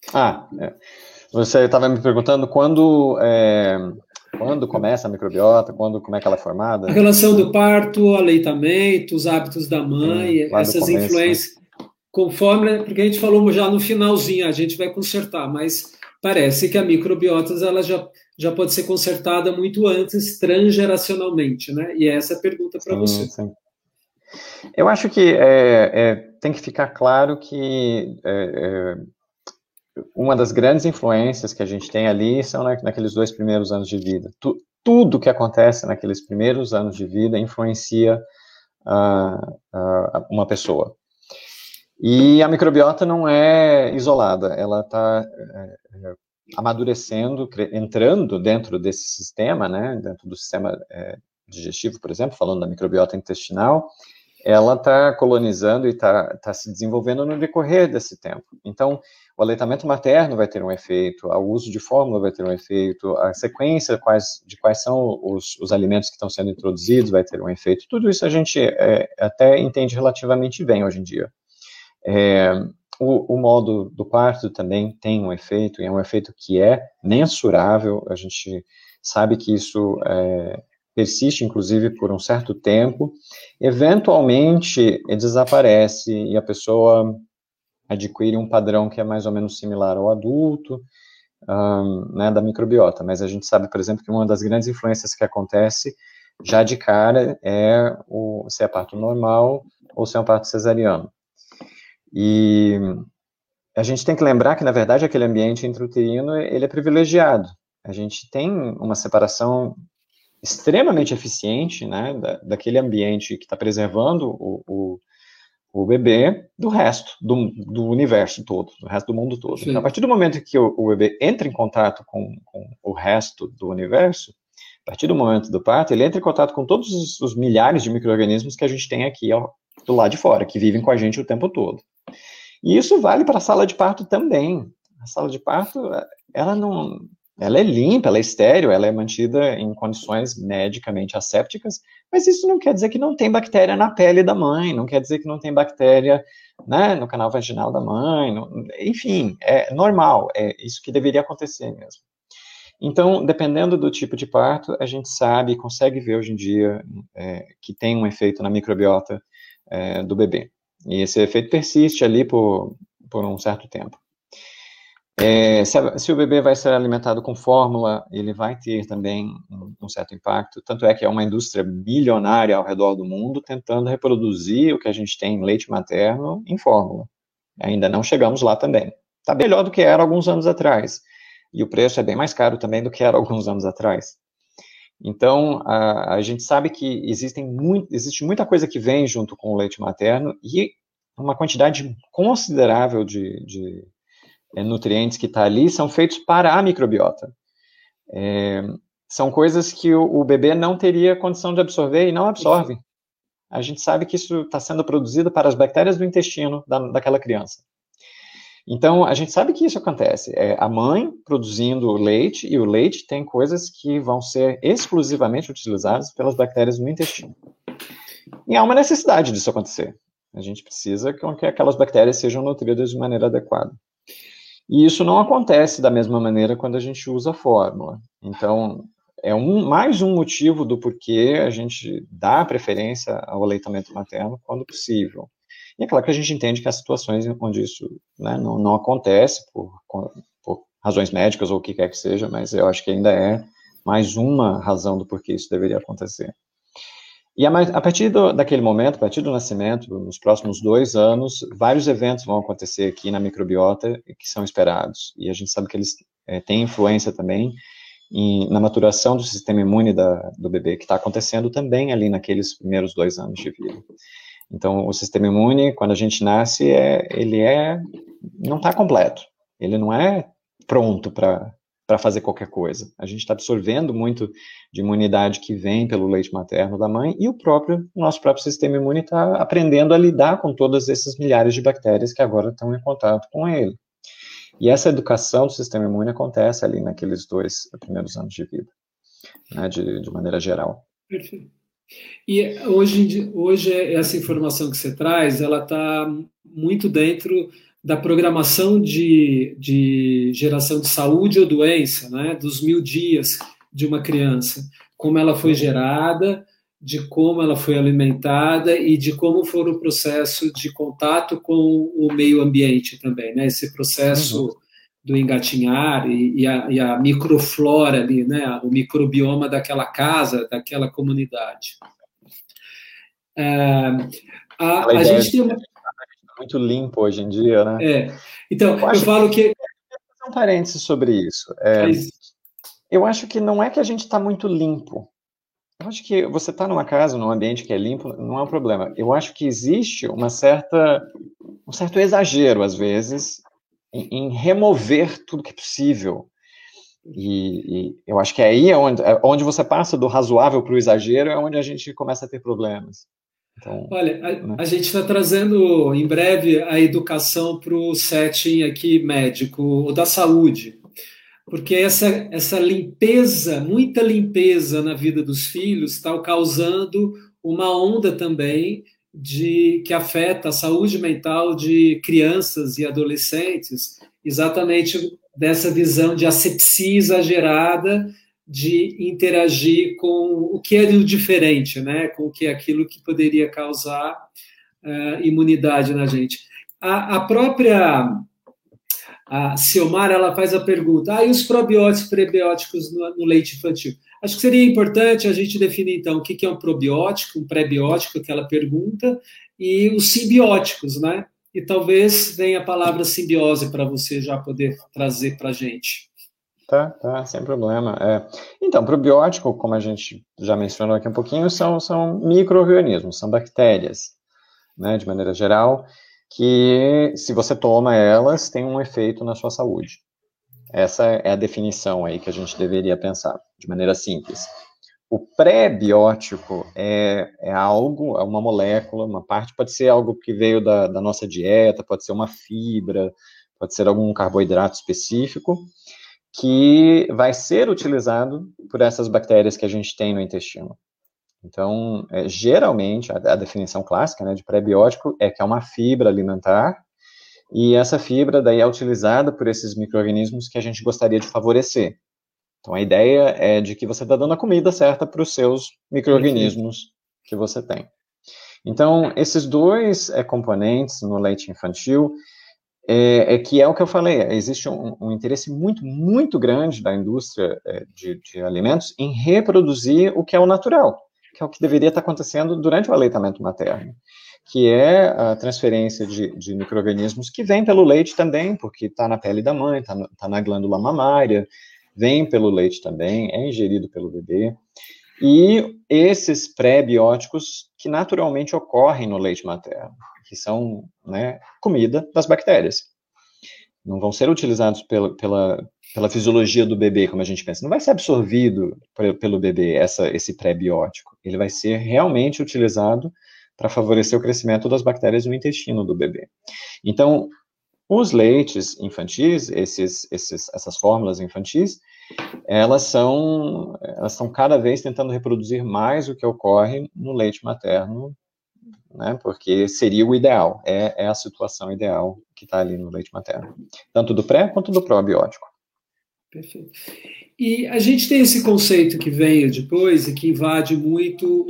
Speaker 2: Você estava me perguntando quando começa a microbiota, como é que ela é formada?
Speaker 1: A relação do parto, aleitamento, os hábitos da mãe, essas influências, conforme, porque a gente falou já no finalzinho, a gente vai consertar, mas parece que a microbiota ela já pode ser consertada muito antes, transgeracionalmente, né? E essa é a pergunta para você.
Speaker 2: Sim. Eu acho que tem que ficar claro que uma das grandes influências que a gente tem ali são naqueles 2 primeiros anos de vida. Tudo que acontece naqueles primeiros anos de vida influencia uma pessoa. E a microbiota não é isolada, ela está amadurecendo, entrando dentro desse sistema, né, dentro do sistema digestivo, por exemplo, falando da microbiota intestinal, ela está colonizando e está se desenvolvendo no decorrer desse tempo. Então, o aleitamento materno vai ter um efeito, o uso de fórmula vai ter um efeito, a sequência de quais são os alimentos que estão sendo introduzidos vai ter um efeito. Tudo isso a gente até entende relativamente bem hoje em dia. O modo do parto também tem um efeito, e é um efeito que é mensurável, a gente sabe que isso persiste, inclusive, por um certo tempo, eventualmente desaparece e a pessoa adquire um padrão que é mais ou menos similar ao adulto, né, da microbiota, mas a gente sabe, por exemplo, que uma das grandes influências que acontece já de cara é se é parto normal ou se é um parto cesariano. E a gente tem que lembrar que, na verdade, aquele ambiente intrauterino, ele é privilegiado. A gente tem uma separação extremamente eficiente, né, daquele ambiente que está preservando o bebê do resto do universo todo, do resto do mundo todo.
Speaker 1: Sim.
Speaker 2: Então, a partir do momento que o bebê entra em contato com o resto do universo, a partir do momento do parto, ele entra em contato com todos os milhares de micro-organismos que a gente tem aqui do lado de fora, que vivem com a gente o tempo todo. E isso vale para a sala de parto também. A sala de parto, ela é limpa, ela é estéril, ela é mantida em condições medicamente assépticas, mas isso não quer dizer que não tem bactéria na pele da mãe, não quer dizer que não tem bactéria, né, no canal vaginal da mãe, enfim, é normal, é isso que deveria acontecer mesmo. Então, dependendo do tipo de parto, a gente sabe, consegue ver hoje em dia que tem um efeito na microbiota do bebê. E esse efeito persiste ali por um certo tempo. Se o bebê vai ser alimentado com fórmula, ele vai ter também um certo impacto, tanto é que é uma indústria bilionária ao redor do mundo tentando reproduzir o que a gente tem em leite materno em fórmula. Ainda não chegamos lá também. Está melhor do que era alguns anos atrás, e o preço é bem mais caro também do que era alguns anos atrás. Então, a gente sabe que existe muita coisa que vem junto com o leite materno e uma quantidade considerável de nutrientes que está ali são feitos para a microbiota. São coisas que o bebê não teria condição de absorver e não absorve. A gente sabe que isso está sendo produzido para as bactérias do intestino daquela criança. Então, a gente sabe que isso acontece. É a mãe produzindo leite, e o leite tem coisas que vão ser exclusivamente utilizadas pelas bactérias no intestino. E há uma necessidade disso acontecer. A gente precisa que aquelas bactérias sejam nutridas de maneira adequada. E isso não acontece da mesma maneira quando a gente usa a fórmula. Então, é mais um motivo do porquê a gente dá preferência ao aleitamento materno quando possível. E é claro que a gente entende que há situações onde isso, né, não acontece por razões médicas ou o que quer que seja, mas eu acho que ainda é mais uma razão do porquê isso deveria acontecer. E a partir daquele momento, a partir do nascimento, nos próximos 2 anos, vários eventos vão acontecer aqui na microbiota que são esperados. E a gente sabe que eles têm influência também na maturação do sistema imune do bebê, que está acontecendo também ali naqueles primeiros 2 anos de vida. Então, o sistema imune, quando a gente nasce, não está completo. Ele não é pronto para fazer qualquer coisa. A gente está absorvendo muito de imunidade que vem pelo leite materno da mãe e o nosso próprio sistema imune está aprendendo a lidar com todas essas milhares de bactérias que agora estão em contato com ele. E essa educação do sistema imune acontece ali naqueles 2 primeiros anos de vida, né, de maneira geral.
Speaker 1: Perfeito. E hoje essa informação que você traz, ela está muito dentro da programação de geração de saúde ou doença, né, dos 1000 dias de uma criança, como ela foi gerada, de como ela foi alimentada e de como foi o processo de contato com o meio ambiente também, né, esse processo do engatinhar e a microflora ali, né, o microbioma daquela casa, daquela comunidade. A gente tem uma...
Speaker 2: muito limpo hoje em dia, né?
Speaker 1: Então, eu falo que...
Speaker 2: Um parênteses sobre isso. Eu acho que não é que a gente está muito limpo. Eu acho que você está numa casa, num ambiente que é limpo, não é um problema. Eu acho que existe um certo exagero, às vezes, em remover tudo que é possível. E eu acho que aí é onde você passa do razoável para o exagero, é onde a gente começa a ter problemas. Então,
Speaker 1: olha, a gente está trazendo em breve a educação para o setting aqui médico, da saúde, porque essa limpeza, muita limpeza na vida dos filhos está causando uma onda também que afeta a saúde mental de crianças e adolescentes, exatamente dessa visão de asepsia exagerada, de interagir com o que é do diferente, né? Com o que é aquilo que poderia causar imunidade na gente. A própria Ciomara, ela faz a pergunta, e os probióticos e prebióticos no leite infantil? Acho que seria importante a gente definir, então, o que é um probiótico, um pré-biótico, que ela pergunta, e os simbióticos, né? E talvez venha a palavra simbiose para você já poder trazer para a gente.
Speaker 2: Tá, sem problema. Então, probiótico, como a gente já mencionou aqui um pouquinho, são micro-organismos, são bactérias, né, de maneira geral, que, se você toma elas, tem um efeito na sua saúde. Essa é a definição aí que a gente deveria pensar, de maneira simples. O pré-biótico é algo, é uma molécula, uma parte, pode ser algo que veio da nossa dieta, pode ser uma fibra, pode ser algum carboidrato específico, que vai ser utilizado por essas bactérias que a gente tem no intestino. Então, geralmente, a definição clássica, né, de pré-biótico é que é uma fibra alimentar, e essa fibra daí é utilizada por esses micro-organismos que a gente gostaria de favorecer. Então, a ideia é de que você está dando a comida certa para os seus micro-organismos que você tem. Então, esses 2 componentes no leite infantil, que é o que eu falei, existe um interesse muito, muito grande da indústria de alimentos em reproduzir o que é o natural, que é o que deveria estar acontecendo durante o aleitamento materno, que é a transferência de micro-organismos que vem pelo leite também, porque está na pele da mãe, está na glândula mamária, vem pelo leite também, é ingerido pelo bebê, e esses pré-bióticos que naturalmente ocorrem no leite materno, que são, né, comida das bactérias. Não vão ser utilizados pela fisiologia do bebê, como a gente pensa. Não vai ser absorvido pelo bebê esse pré-biótico. Ele vai ser realmente utilizado para favorecer o crescimento das bactérias no intestino do bebê. Então, os leites infantis, essas fórmulas infantis, elas estão cada vez tentando reproduzir mais o que ocorre no leite materno, né, porque seria o ideal, é a situação ideal que está ali no leite materno, tanto do pré quanto do probiótico.
Speaker 1: Perfeito. E a gente tem esse conceito que veio depois e que invade muito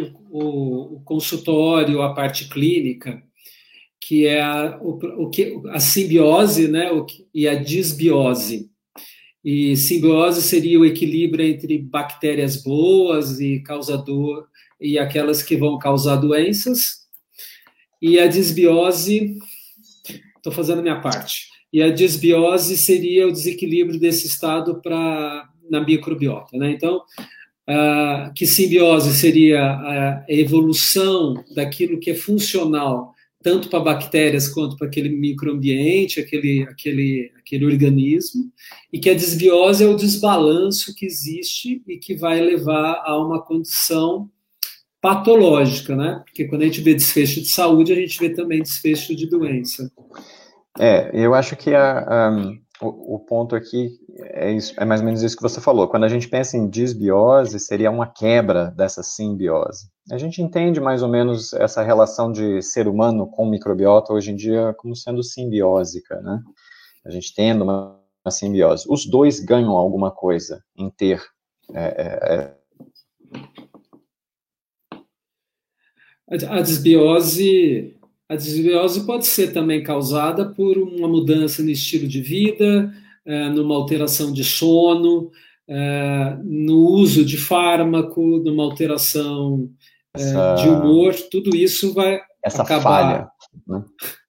Speaker 1: o consultório, a parte clínica, que é a simbiose, né, e a disbiose. E simbiose seria o equilíbrio entre bactérias boas e aquelas que vão causar doenças. E a disbiose, estou fazendo a minha parte. E a disbiose seria o desequilíbrio desse estado na microbiota, né? Então, que simbiose seria a evolução daquilo que é funcional tanto para bactérias quanto para aquele microambiente, aquele organismo, e que a desbiose é o desbalanço que existe e que vai levar a uma condição patológica, né? Porque quando a gente vê desfecho de saúde, a gente vê também desfecho de doença.
Speaker 2: Eu acho que o ponto aqui é mais ou menos isso que você falou. Quando a gente pensa em disbiose, seria uma quebra dessa simbiose. A gente entende mais ou menos essa relação de ser humano com microbiota hoje em dia como sendo simbiósica, né? A gente tendo uma simbiose. Os dois ganham alguma coisa em ter.
Speaker 1: A desbiose pode ser também causada por uma mudança no estilo de vida, numa alteração de sono, no uso de fármaco, numa alteração de humor, tudo isso vai
Speaker 2: essa
Speaker 1: acabar.
Speaker 2: Falha, né?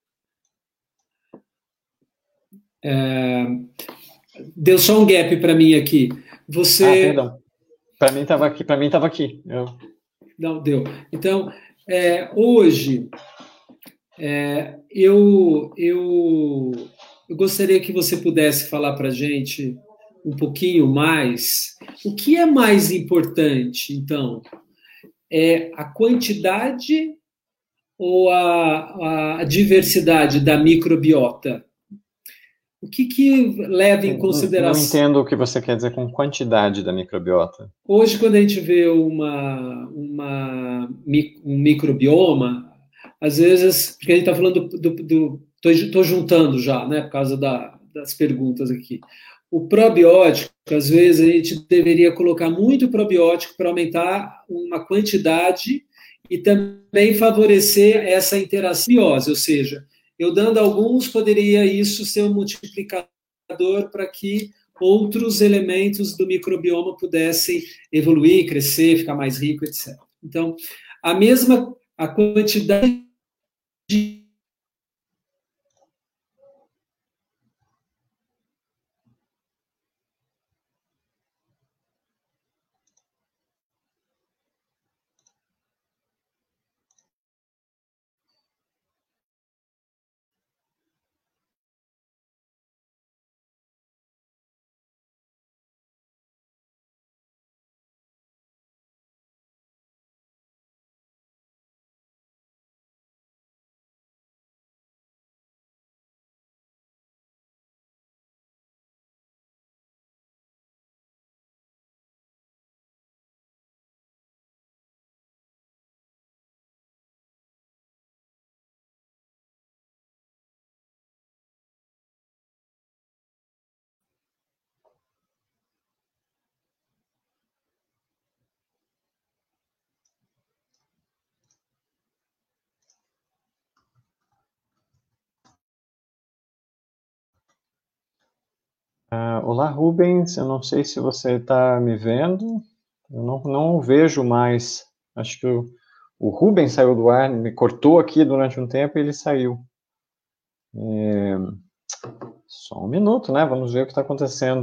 Speaker 1: Deu só um gap para mim aqui. Você.
Speaker 2: Perdão. Para mim estava aqui.
Speaker 1: Não, deu. Então, hoje, eu gostaria que você pudesse falar para a gente um pouquinho mais. O que é mais importante, então? É a quantidade ou a diversidade da microbiota? O que leva em
Speaker 2: Não
Speaker 1: consideração?
Speaker 2: entendo o que você quer dizer com quantidade da microbiota.
Speaker 1: Hoje, quando a gente vê um microbioma, às vezes, porque a gente está falando estou juntando já, né, por causa das perguntas aqui. O probiótico, às vezes, a gente deveria colocar muito probiótico para aumentar uma quantidade e também favorecer essa interação, ou seja, eu dando alguns, poderia isso ser um multiplicador para que outros elementos do microbioma pudessem evoluir, crescer, ficar mais rico, etc. Então, a quantidade de
Speaker 2: Olá, Rubens. Eu não sei se você está me vendo. Eu não o vejo mais. Acho que o Rubens saiu do ar, me cortou aqui durante um tempo e ele saiu. Só um minuto, né? Vamos ver o que está acontecendo.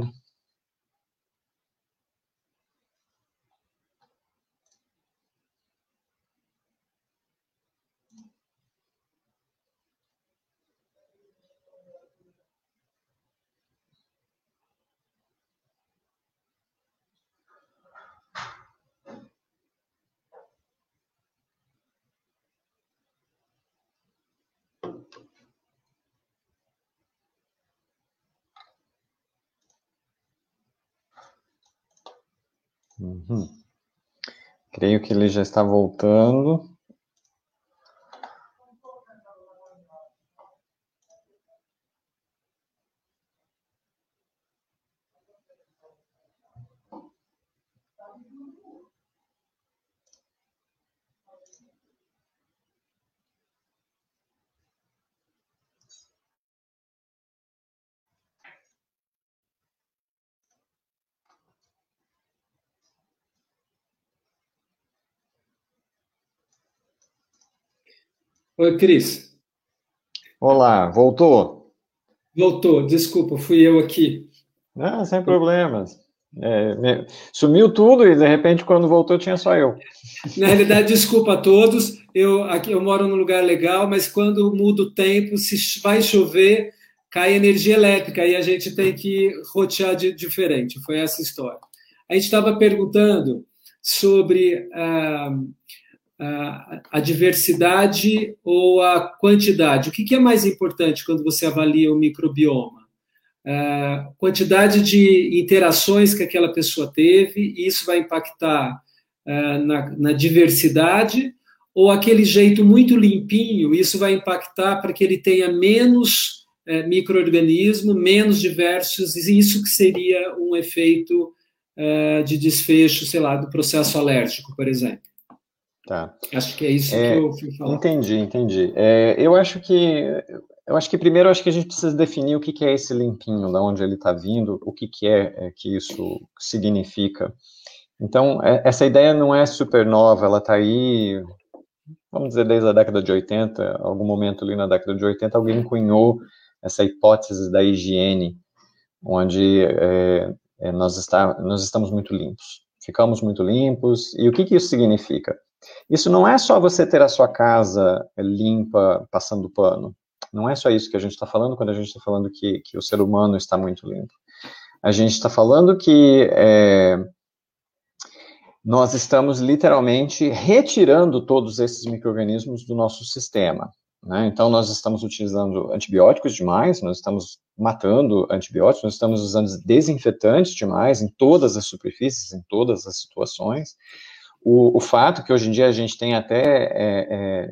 Speaker 2: Creio que ele já está voltando.
Speaker 1: Oi, Cris.
Speaker 2: Olá, voltou?
Speaker 1: Voltou, desculpa, fui eu aqui.
Speaker 2: Não, sem problemas. Sumiu tudo e de repente quando voltou tinha só eu.
Speaker 1: Na realidade, desculpa a todos. Eu moro num lugar legal, mas quando muda o tempo, se vai chover, cai energia elétrica e a gente tem que rotear diferente. Foi essa história. A gente estava perguntando sobre a diversidade ou a quantidade. O que é mais importante quando você avalia o microbioma? A quantidade de interações que aquela pessoa teve, e isso vai impactar na diversidade, ou aquele jeito muito limpinho, isso vai impactar para que ele tenha menos micro-organismo, menos diversos, e isso que seria um efeito de desfecho, sei lá, do processo alérgico, por exemplo.
Speaker 2: Tá.
Speaker 1: Acho que é isso que eu fui falar.
Speaker 2: Entendi. Eu acho que primeiro a gente precisa definir o que é esse limpinho, da onde ele está vindo, o que é que isso significa. Então, essa ideia não é super nova, ela está aí, vamos dizer, desde a década de 80, algum momento ali na década de 80, alguém cunhou essa hipótese da higiene, onde nós estamos muito limpos, ficamos muito limpos, e o que isso significa? Isso não é só você ter a sua casa limpa, passando pano, não é só isso que a gente está falando quando a gente está falando que o ser humano está muito limpo. A gente está falando que nós estamos literalmente retirando todos esses micro-organismos do nosso sistema, né? Então, nós estamos utilizando antibióticos demais, nós estamos matando antibióticos, nós estamos usando desinfetantes demais em todas as superfícies, em todas as situações. O fato que hoje em dia a gente tem até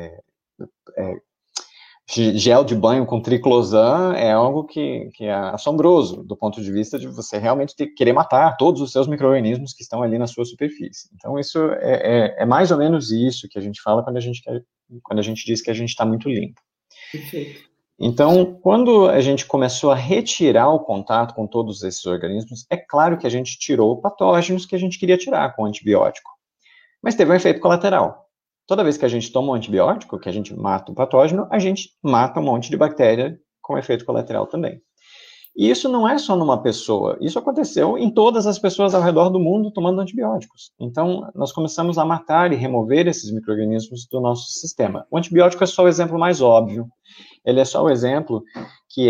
Speaker 2: gel de banho com triclosan é algo que é assombroso, do ponto de vista de você realmente querer matar todos os seus micro-organismos que estão ali na sua superfície. Então, isso é mais ou menos isso que a gente fala quando a gente diz que a gente está muito limpo.
Speaker 1: Perfeito.
Speaker 2: Então, quando a gente começou a retirar o contato com todos esses organismos, é claro que a gente tirou patógenos que a gente queria tirar com o antibiótico, mas teve um efeito colateral. Toda vez que a gente toma um antibiótico, que a gente mata o patógeno, a gente mata um monte de bactéria com efeito colateral também. E isso não é só numa pessoa, isso aconteceu em todas as pessoas ao redor do mundo tomando antibióticos. Então, nós começamos a matar e remover esses micro-organismos do nosso sistema. O antibiótico é só o exemplo mais óbvio, ele é só o exemplo que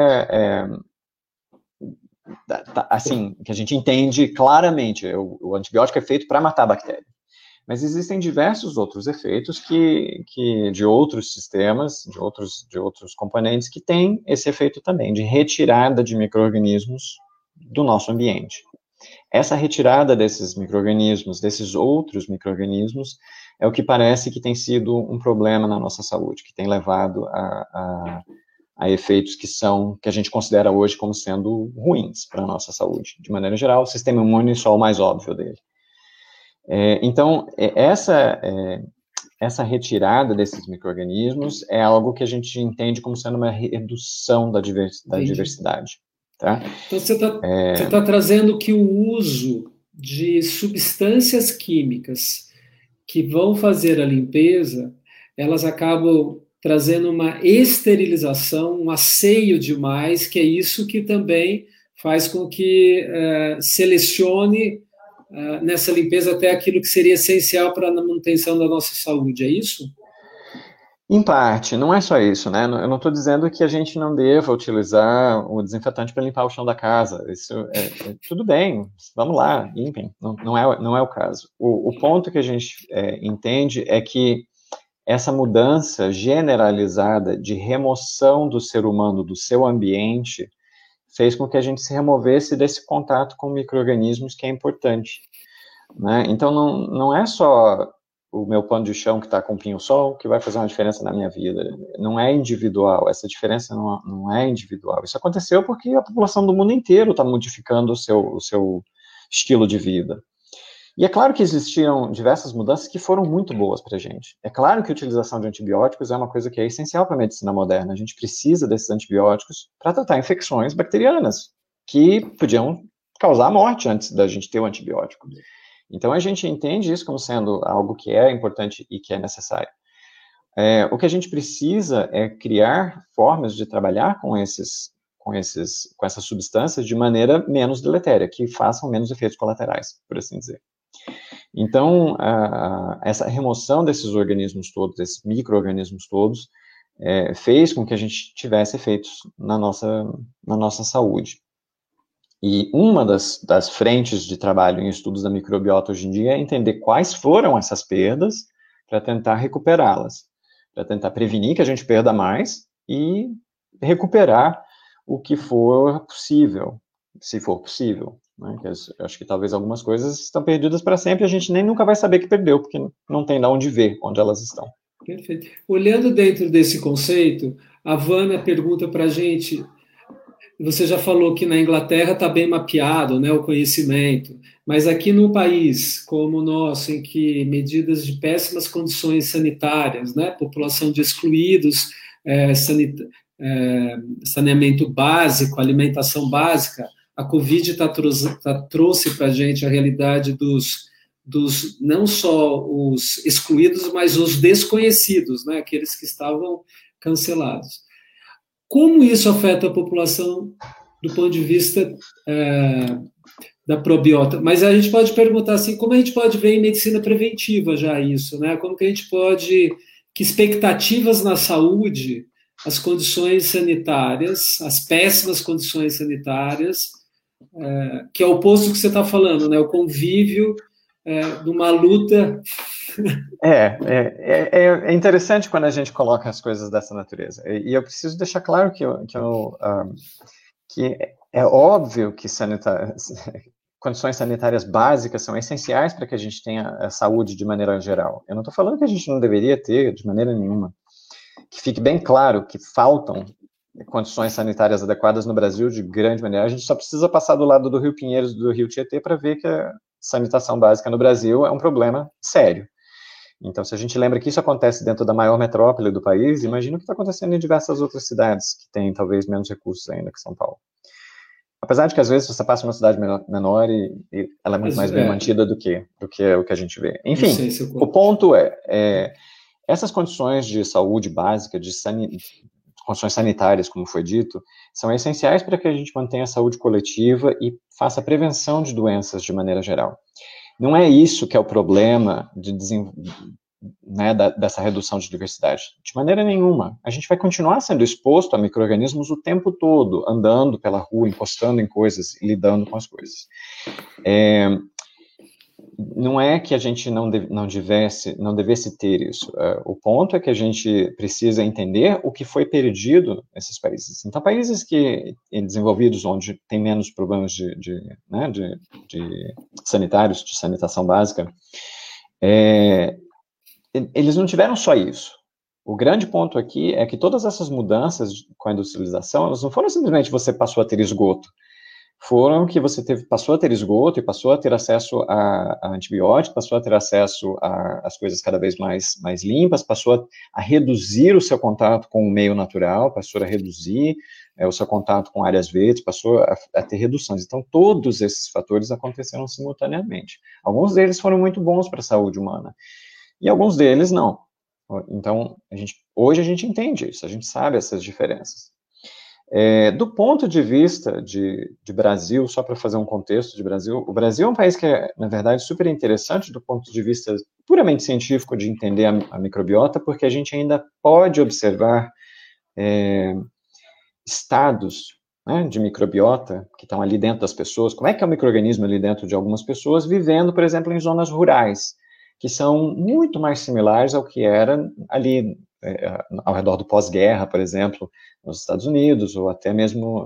Speaker 2: assim, que a gente entende claramente, o antibiótico é feito para matar a bactéria. Mas existem diversos outros efeitos de outros sistemas, de outros componentes que têm esse efeito também, de retirada de micro-organismos do nosso ambiente. Essa retirada desses micro-organismos, desses outros micro-organismos, é o que parece que tem sido um problema na nossa saúde, que tem levado a efeitos que a gente considera hoje como sendo ruins para a nossa saúde. De maneira geral, o sistema imune é só o mais óbvio dele. Então, essa retirada desses micro-organismos é algo que a gente entende como sendo uma redução da diversidade. Tá?
Speaker 1: Então, você tá trazendo que o uso de substâncias químicas que vão fazer a limpeza, elas acabam trazendo uma esterilização, um asseio demais, que é isso que também faz com que selecione nessa limpeza até aquilo que seria essencial para a manutenção da nossa saúde, é isso?
Speaker 2: Em parte, não é só isso, né? Eu não estou dizendo que a gente não deva utilizar o desinfetante para limpar o chão da casa. Isso tudo bem, vamos lá, limpem. Não é o caso. O ponto que a gente entende é que essa mudança generalizada de remoção do ser humano do seu ambiente fez com que a gente se removesse desse contato com micro-organismos que é importante, né? Então, não é só o meu pano de chão que está com pinho-sol que vai fazer uma diferença na minha vida. Não é individual, essa diferença não é individual. Isso aconteceu porque a população do mundo inteiro está modificando o seu estilo de vida. E é claro que existiam diversas mudanças que foram muito boas para a gente. É claro que a utilização de antibióticos é uma coisa que é essencial para a medicina moderna. A gente precisa desses antibióticos para tratar infecções bacterianas, que podiam causar a morte antes da gente ter o antibiótico. Então, a gente entende isso como sendo algo que é importante e que é necessário. O que a gente precisa é criar formas de trabalhar com essas substâncias de maneira menos deletéria, que façam menos efeitos colaterais, por assim dizer. Então, essa remoção desses organismos todos, desses micro-organismos todos, fez com que a gente tivesse efeitos na nossa saúde. E uma das frentes de trabalho em estudos da microbiota hoje em dia é entender quais foram essas perdas para tentar recuperá-las, para tentar prevenir que a gente perda mais e recuperar o que for possível, se for possível. Né? Eu acho que talvez algumas coisas estão perdidas para sempre, a gente nem nunca vai saber que perdeu, porque não tem de onde ver onde elas estão.
Speaker 1: Perfeito. Olhando dentro desse conceito, a Vânia pergunta para a gente, você já falou que na Inglaterra está bem mapeado, né, o conhecimento, mas aqui no país como o nosso, em que medidas de péssimas condições sanitárias, né, população de excluídos, saneamento básico, alimentação básica, a Covid trouxe para a gente a realidade dos não só os excluídos, mas os desconhecidos, né, aqueles que estavam cancelados. Como isso afeta a população do ponto de vista da probiota? Mas a gente pode perguntar assim, como a gente pode ver em medicina preventiva já isso, né? Como que a gente pode, que expectativas na saúde, as condições sanitárias, as péssimas condições sanitárias, que é o oposto que você está falando, né? O convívio numa luta.
Speaker 2: É interessante quando a gente coloca as coisas dessa natureza. E eu preciso deixar claro que é óbvio que condições sanitárias básicas são essenciais para que a gente tenha a saúde de maneira geral. Eu não estou falando que a gente não deveria ter de maneira nenhuma. Que fique bem claro que faltam condições sanitárias adequadas no Brasil de grande maneira. A gente só precisa passar do lado do Rio Pinheiros e do Rio Tietê para ver que a sanitação básica no Brasil é um problema sério. Então, se a gente lembra que isso acontece dentro da maior metrópole do país, imagina o que está acontecendo em diversas outras cidades que têm talvez menos recursos ainda que São Paulo. Apesar de que às vezes você passa em uma cidade menor e ela é muito mais bem mantida do que o que a gente vê. Enfim, o ponto essas condições de saúde básica, condições sanitárias, como foi dito, são essenciais para que a gente mantenha a saúde coletiva e faça a prevenção de doenças de maneira geral. Não é isso que é o problema dessa redução de diversidade. De maneira nenhuma. A gente vai continuar sendo exposto a micro-organismos o tempo todo, andando pela rua, encostando em coisas e lidando com as coisas. Não é que a gente não devesse ter isso. O ponto é que a gente precisa entender o que foi perdido nesses países. Então, países desenvolvidos, onde tem menos problemas de sanitários, de sanitação básica, eles não tiveram só isso. O grande ponto aqui é que todas essas mudanças com a industrialização, elas não foram simplesmente você passou a ter esgoto. Foram que você passou a ter esgoto e passou a ter acesso a antibióticos, passou a ter acesso às coisas cada vez mais limpas, passou a reduzir o seu contato com o meio natural, passou a reduzir o seu contato com áreas verdes, passou a ter reduções. Então, todos esses fatores aconteceram simultaneamente. Alguns deles foram muito bons para a saúde humana, e alguns deles não. Então, hoje a gente entende isso, a gente sabe essas diferenças. Do ponto de vista de Brasil, só para fazer um contexto de Brasil, o Brasil é um país que é, na verdade, super interessante do ponto de vista puramente científico de entender a microbiota, porque a gente ainda pode observar estados de microbiota que estão ali dentro das pessoas, como é que é o micro-organismo ali dentro de algumas pessoas, vivendo, por exemplo, em zonas rurais, que são muito mais similares ao que era ali ao redor do pós-guerra, por exemplo, nos Estados Unidos, ou até mesmo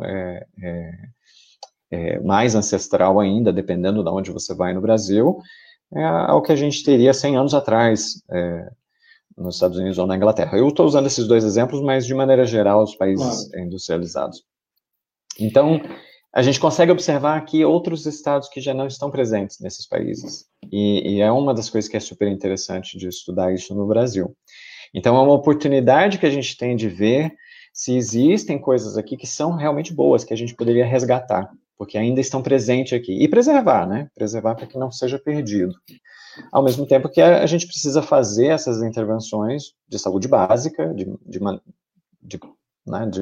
Speaker 2: mais ancestral ainda, dependendo de onde você vai no Brasil, ao que a gente teria 100 anos atrás nos Estados Unidos ou na Inglaterra. Eu estou usando esses dois exemplos, mas de maneira geral, os países industrializados. Então, a gente consegue observar aqui outros estados que já não estão presentes nesses países. E é uma das coisas que é super interessante de estudar isso no Brasil. Então, é uma oportunidade que a gente tem de ver se existem coisas aqui que são realmente boas, que a gente poderia resgatar, porque ainda estão presentes aqui. E preservar, né? Preservar para que não seja perdido. ao mesmo tempo que a gente precisa fazer essas intervenções de saúde básica, né,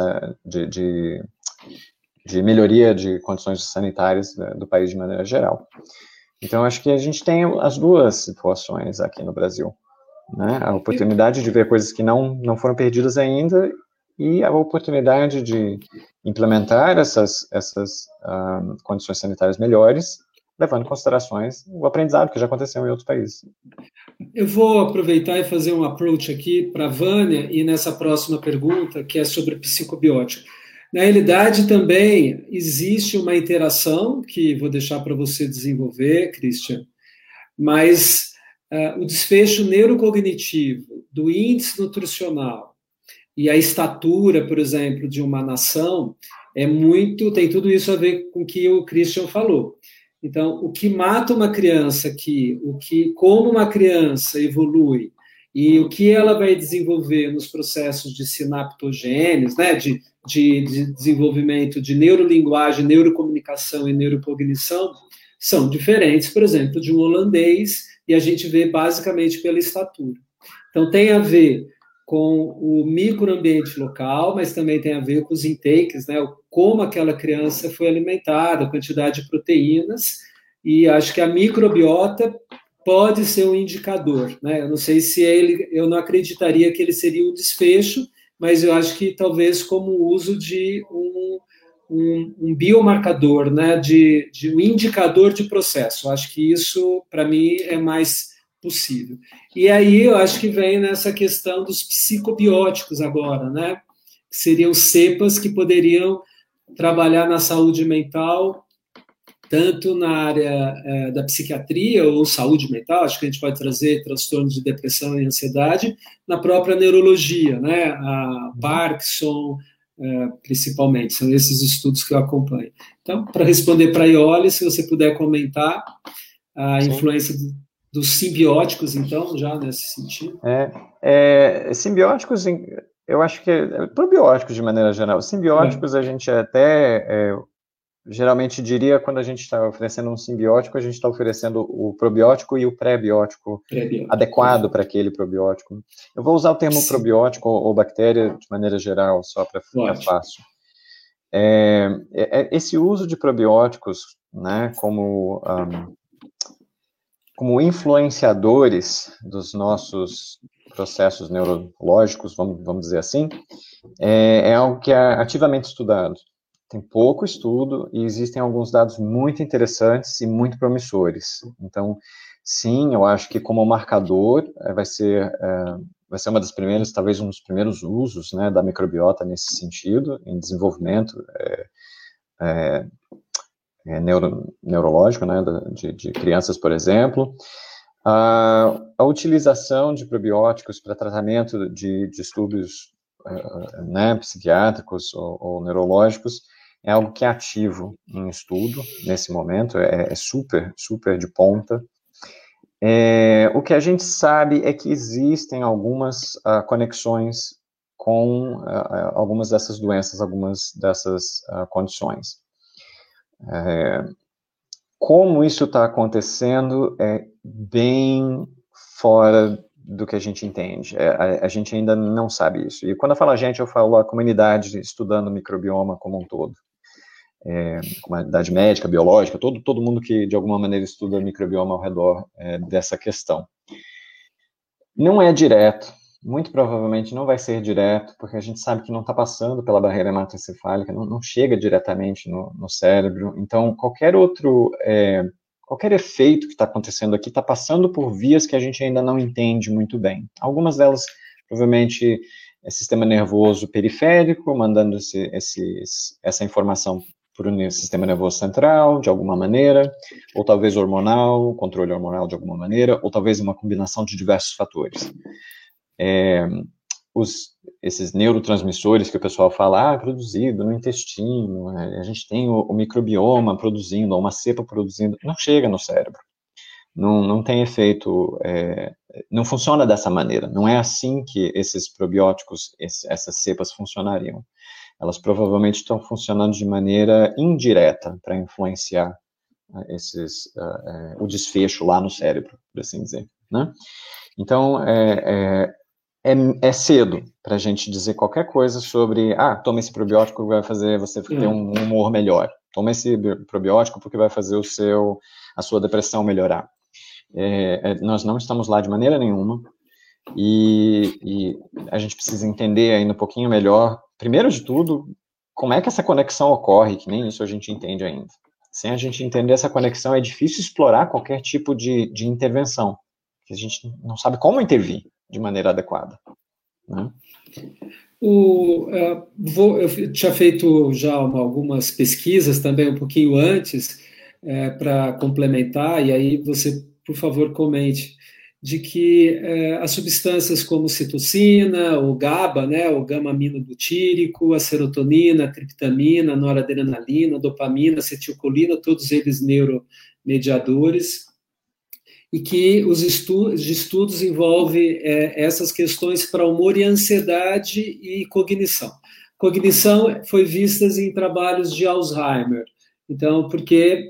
Speaker 2: de melhoria de condições sanitárias do país de maneira geral. Então, acho que a gente tem as duas situações aqui no Brasil, né? A oportunidade de ver coisas que não foram perdidas ainda e a oportunidade de implementar essas condições sanitárias melhores, levando em considerações o aprendizado que já aconteceu em outros países.
Speaker 1: Eu vou aproveitar e fazer um approach aqui para a Vânia e nessa próxima pergunta, que é sobre psicobiótico. Na realidade, também existe uma interação, que vou deixar para você desenvolver, Christian, mas o desfecho neurocognitivo do índice nutricional e a estatura, por exemplo, de uma nação, tem tudo isso a ver com o que o Christian falou. Então, o que mata uma criança aqui, como uma criança evolui e o que ela vai desenvolver nos processos de sinaptogênese, né, de desenvolvimento de neurolinguagem, neurocomunicação e neurocognição, são diferentes, por exemplo, de um holandês, e a gente vê basicamente pela estatura. Então, tem a ver com o microambiente local, mas também tem a ver com os intakes, né? Como aquela criança foi alimentada, a quantidade de proteínas, e acho que a microbiota pode ser um indicador, né? Eu não sei se eu não acreditaria que ele seria um desfecho, mas eu acho que talvez como o uso de um biomarcador, né? De um indicador de processo. Eu acho que isso, para mim, é mais possível. E aí eu acho que vem nessa questão dos psicobióticos agora, né? Que seriam cepas que poderiam trabalhar na saúde mental, tanto na área da psiquiatria ou saúde mental, acho que a gente pode trazer transtornos de depressão e ansiedade, na própria neurologia, né? A Parkinson, principalmente, são esses estudos que eu acompanho. Então, para responder para a Iole, se você puder comentar a influência dos simbióticos, então, já nesse sentido?
Speaker 2: Simbióticos, eu acho que probióticos de maneira geral. Simbióticos a gente até geralmente diria, quando a gente está oferecendo um simbiótico, a gente está oferecendo o probiótico e o pré-biótico adequado para aquele probiótico. Eu vou usar o termo probiótico ou bactéria de maneira geral, só para ficar fácil. Esse uso de probióticos, né, como influenciadores dos nossos processos neurológicos, vamos dizer assim, é algo que é ativamente estudado. Tem pouco estudo e existem alguns dados muito interessantes e muito promissores. Então, sim, eu acho que como marcador vai ser uma das primeiras, talvez um dos primeiros usos, né, da microbiota nesse sentido, em desenvolvimento neurológico, né, de crianças, por exemplo. A utilização de probióticos para tratamento de distúrbios né, psiquiátricos ou neurológicos é algo que é ativo em estudo nesse momento, é super, super de ponta. O que a gente sabe é que existem algumas conexões com algumas dessas doenças, algumas dessas condições. Como isso está acontecendo é bem fora do que a gente entende. A gente ainda não sabe isso. E quando eu falo a gente, eu falo a comunidade estudando o microbioma como um todo. Comunidade médica, biológica, todo mundo que de alguma maneira estuda microbioma ao redor dessa questão. Não é direto, muito provavelmente não vai ser direto, porque a gente sabe que não está passando pela barreira hematoencefálica, não chega diretamente no cérebro. Então, qualquer efeito que está acontecendo aqui está passando por vias que a gente ainda não entende muito bem. Algumas delas, provavelmente, é sistema nervoso periférico, mandando essa informação para o sistema nervoso central, de alguma maneira, ou talvez hormonal, controle hormonal de alguma maneira, ou talvez uma combinação de diversos fatores. Esses neurotransmissores que o pessoal fala, produzido no intestino, a gente tem o microbioma produzindo, ou uma cepa produzindo, não chega no cérebro, não tem efeito, não funciona dessa maneira, não é assim que esses probióticos, essas cepas funcionariam. Elas provavelmente estão funcionando de maneira indireta para influenciar o desfecho lá no cérebro, por assim dizer, né? Então, é cedo para a gente dizer qualquer coisa sobre, toma esse probiótico que vai fazer você ter um humor melhor. Toma esse probiótico porque vai fazer a sua depressão melhorar. Nós não estamos lá de maneira nenhuma e a gente precisa entender ainda um pouquinho melhor, primeiro de tudo, como é que essa conexão ocorre, que nem isso a gente entende ainda. Sem a gente entender essa conexão, é difícil explorar qualquer tipo de intervenção, que a gente não sabe como intervir de maneira adequada, né?
Speaker 1: Eu tinha feito já algumas pesquisas também um pouquinho antes, para complementar, e aí você, por favor, comente, de que as substâncias como citocina, o GABA, né, o gama-aminobutírico, a serotonina, a triptamina, a noradrenalina, a dopamina, a acetilcolina, todos eles neuromediadores, e que os estudos envolvem essas questões para humor e ansiedade e cognição. Cognição foi vista em trabalhos de Alzheimer, então, porque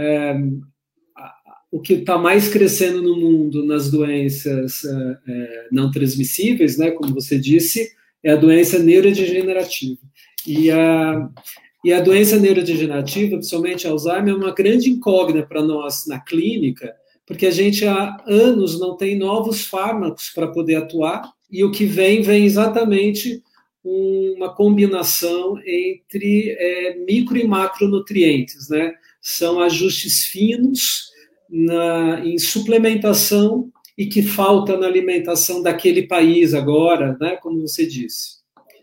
Speaker 1: o que está mais crescendo no mundo nas doenças não transmissíveis, né, como você disse, é a doença neurodegenerativa. E a doença neurodegenerativa, principalmente Alzheimer, é uma grande incógnita para nós na clínica, porque a gente há anos não tem novos fármacos para poder atuar, e o que vem exatamente uma combinação entre micro e macronutrientes, né? São ajustes finos em suplementação e que falta na alimentação daquele país agora, né? Como você disse.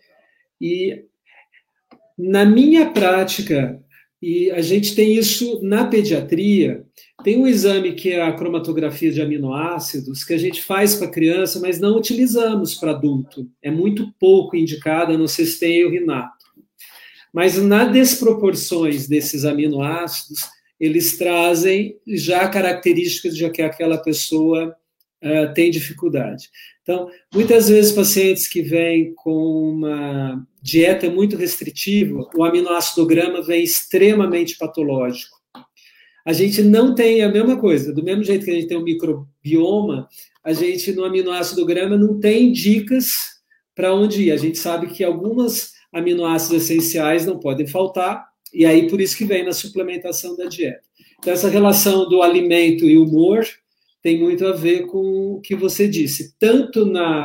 Speaker 1: E na minha prática, e a gente tem isso na pediatria, tem um exame que é a cromatografia de aminoácidos, que a gente faz para criança, mas não utilizamos para adulto. É muito pouco indicado, a não ser se tem urinato. Mas nas desproporções desses aminoácidos, eles trazem já características de que aquela pessoa tem dificuldade. Então, muitas vezes pacientes que vêm com uma dieta muito restritiva, o aminoacidograma vem extremamente patológico. A gente não tem a mesma coisa, do mesmo jeito que a gente tem um microbioma, a gente no aminoacidograma não tem dicas para onde ir. A gente sabe que algumas aminoácidos essenciais não podem faltar, e aí por isso que vem na suplementação da dieta. Então, essa relação do alimento e humor tem muito a ver com o que você disse, tanto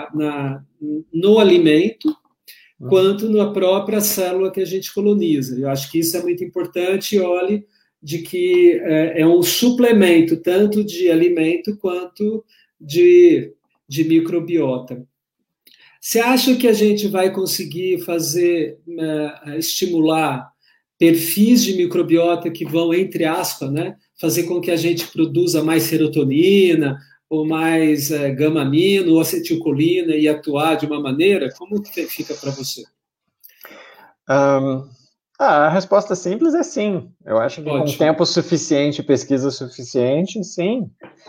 Speaker 1: no alimento, quanto na própria célula que a gente coloniza. Eu acho que isso é muito importante, olhe, de que é um suplemento tanto de alimento quanto de microbiota. Você acha que a gente vai conseguir estimular perfis de microbiota que vão, entre aspas, né, fazer com que a gente produza mais serotonina, ou mais gama-amino, ou acetilcolina, e atuar de uma maneira? Como que fica para você?
Speaker 2: A resposta simples é sim. Eu acho que com tempo suficiente, pesquisa suficiente, sim.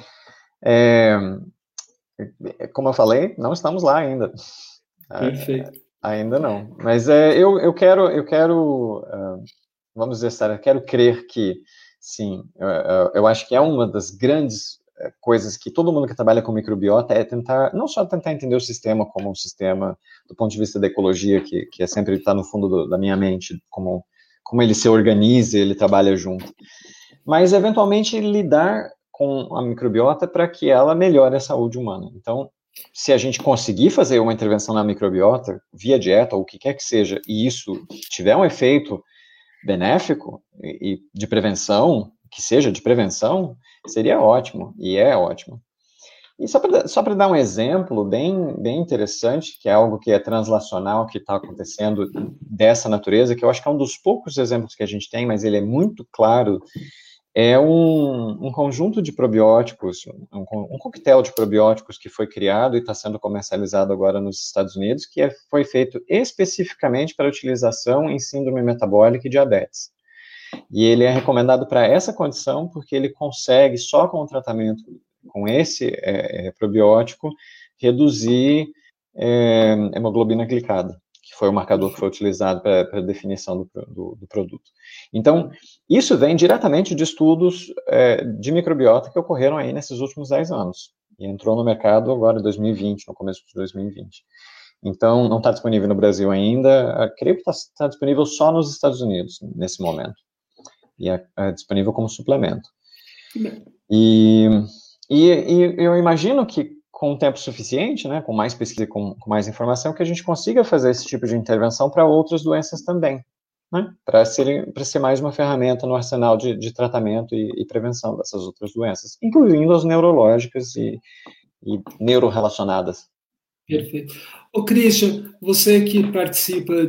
Speaker 2: Como eu falei, não estamos lá ainda.
Speaker 1: Perfeito.
Speaker 2: Ainda não. Mas eu quero vamos dizer, eu quero crer que, sim, eu acho que é uma das grandes coisas que todo mundo que trabalha com microbiota não só tentar entender o sistema como um sistema do ponto de vista da ecologia, que é sempre está no fundo da minha mente, como ele se organiza, ele trabalha junto, mas eventualmente lidar com a microbiota para que ela melhore a saúde humana. Então, se a gente conseguir fazer uma intervenção na microbiota, via dieta ou o que quer que seja, e isso tiver um efeito benéfico e de prevenção, que seja de prevenção, seria ótimo, e é ótimo. E só para dar um exemplo bem interessante, que é algo que é translacional, que está acontecendo dessa natureza, que eu acho que é um dos poucos exemplos que a gente tem, mas ele é muito claro, é um conjunto de probióticos, um coquetel de probióticos que foi criado e está sendo comercializado agora nos Estados Unidos, que foi feito especificamente para utilização em síndrome metabólica e diabetes. E ele é recomendado para essa condição porque ele consegue, só com o tratamento com esse probiótico, reduzir hemoglobina glicada, que que foi o marcador que foi utilizado para a definição do produto. Então, isso vem diretamente de estudos de microbiota que ocorreram aí nesses últimos 10 anos. E entrou no mercado agora em 2020, no começo de 2020. Então, não está disponível no Brasil ainda. Creio que está disponível só nos Estados Unidos, nesse momento. E é disponível como suplemento. E eu imagino que com tempo suficiente, né, com mais pesquisa, com mais informação, que a gente consiga fazer esse tipo de intervenção para outras doenças também, né, para ser mais uma ferramenta no arsenal de tratamento e prevenção dessas outras doenças, incluindo as neurológicas e neurorelacionadas.
Speaker 1: Perfeito. Ô, Christian, você que participa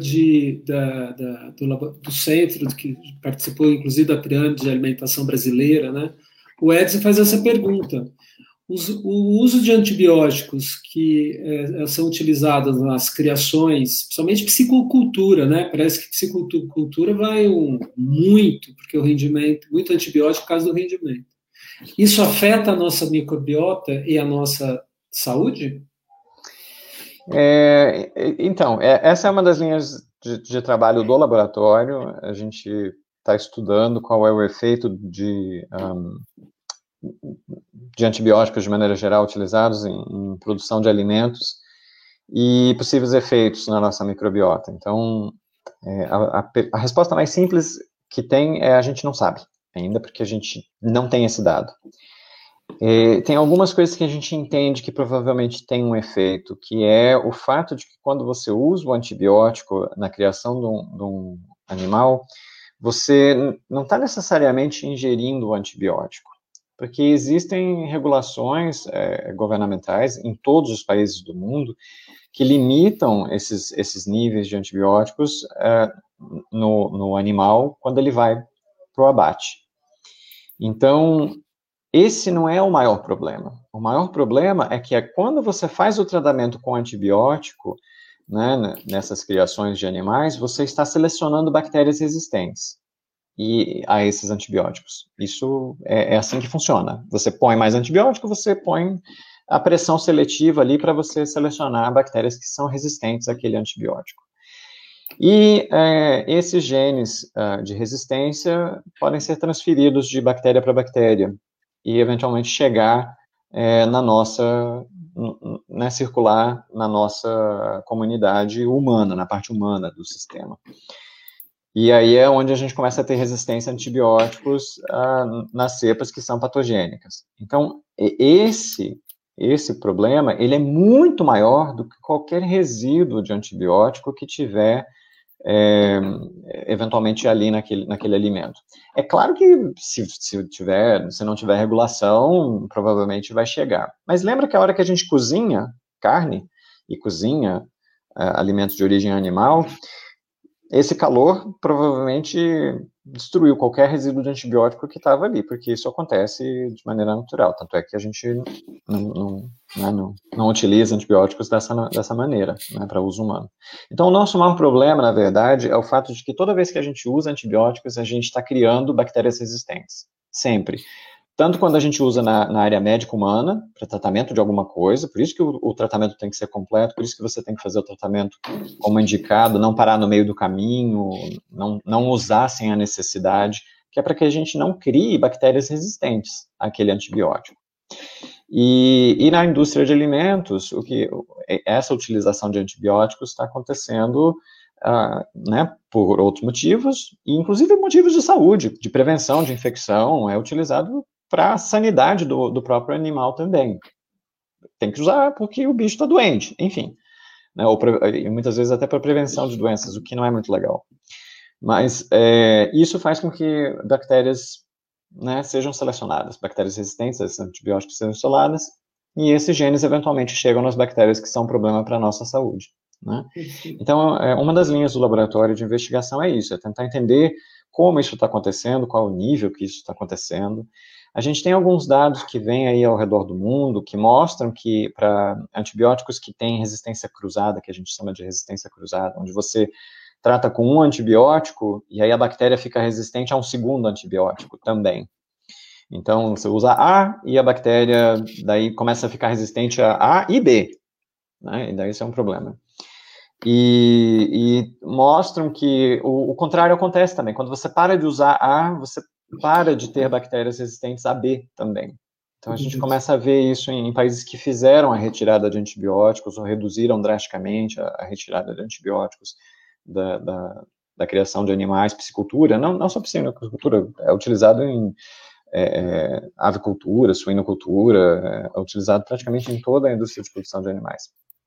Speaker 1: do centro, que participou inclusive da pirâmide de alimentação brasileira, né? O Edson faz essa pergunta. O uso de antibióticos que são utilizados nas criações, principalmente psicocultura, né? Parece que psicocultura vai muito, porque o rendimento, muito antibiótico por causa do rendimento. Isso afeta a nossa microbiota e a nossa saúde?
Speaker 2: Então, essa é uma das linhas de trabalho do laboratório. A gente está estudando qual é o efeito de antibióticos, de maneira geral, utilizados em produção de alimentos e possíveis efeitos na nossa microbiota. Então, a resposta mais simples que tem é a gente não sabe ainda, porque a gente não tem esse dado. Tem algumas coisas que a gente entende que provavelmente tem um efeito, que é o fato de que quando você usa o antibiótico na criação de um animal, você não está necessariamente ingerindo o antibiótico, porque existem regulações governamentais em todos os países do mundo que limitam esses níveis de antibióticos no animal quando ele vai para o abate. Então, esse não é o maior problema. O maior problema é que quando você faz o tratamento com antibiótico, né, nessas criações de animais, você está selecionando bactérias resistentes a esses antibióticos. Isso é assim que funciona. Você põe mais antibiótico, você põe a pressão seletiva ali para você selecionar bactérias que são resistentes àquele antibiótico. E esses genes de resistência podem ser transferidos de bactéria para bactéria e eventualmente chegar circular na nossa comunidade humana, na parte humana do sistema. E aí é onde a gente começa a ter resistência a antibióticos nas cepas que são patogênicas. Então, esse problema, ele é muito maior do que qualquer resíduo de antibiótico que tiver eventualmente ali naquele alimento. É claro que se não tiver regulação, provavelmente vai chegar. Mas lembra que a hora que a gente cozinha carne e cozinha alimentos de origem animal, esse calor provavelmente destruiu qualquer resíduo de antibiótico que estava ali, porque isso acontece de maneira natural. Tanto é que a gente não utiliza antibióticos dessa maneira, né, para uso humano. Então, o nosso maior problema, na verdade, é o fato de que toda vez que a gente usa antibióticos, a gente está criando bactérias resistentes. Sempre. Tanto quando a gente usa na área médica humana, para tratamento de alguma coisa, por isso que o tratamento tem que ser completo, por isso que você tem que fazer o tratamento como indicado, não parar no meio do caminho, não usar sem a necessidade, que é para que a gente não crie bactérias resistentes àquele antibiótico. E na indústria de alimentos, essa utilização de antibióticos está acontecendo né, por outros motivos, e inclusive motivos de saúde, de prevenção de infecção, é utilizado para a sanidade do próprio animal também. Tem que usar porque o bicho está doente, enfim. Né, e muitas vezes até para prevenção de doenças, o que não é muito legal. Mas isso faz com que bactérias, né, sejam selecionadas, bactérias resistentes a esses antibióticos sejam selecionadas, e esses genes eventualmente chegam nas bactérias que são um problema para a nossa saúde. Né? Então, uma das linhas do laboratório de investigação é isso, é tentar entender como isso está acontecendo, qual o nível que isso está acontecendo. A gente tem alguns dados que vêm aí ao redor do mundo que mostram que para antibióticos que têm resistência cruzada, que a gente chama de resistência cruzada, onde você trata com um antibiótico e aí a bactéria fica resistente a um segundo antibiótico também. Então, você usa A e a bactéria daí começa a ficar resistente a A e B, né? E daí isso é um problema. e mostram que o contrário acontece também. Quando você para de usar A, você para de ter bactérias resistentes a B também. Então, a gente começa a ver isso em países que fizeram a retirada de antibióticos ou reduziram drasticamente a retirada de antibióticos da criação de animais, piscicultura, não só piscicultura, é utilizado em avicultura, suinocultura, é utilizado praticamente em toda a indústria de produção de animais.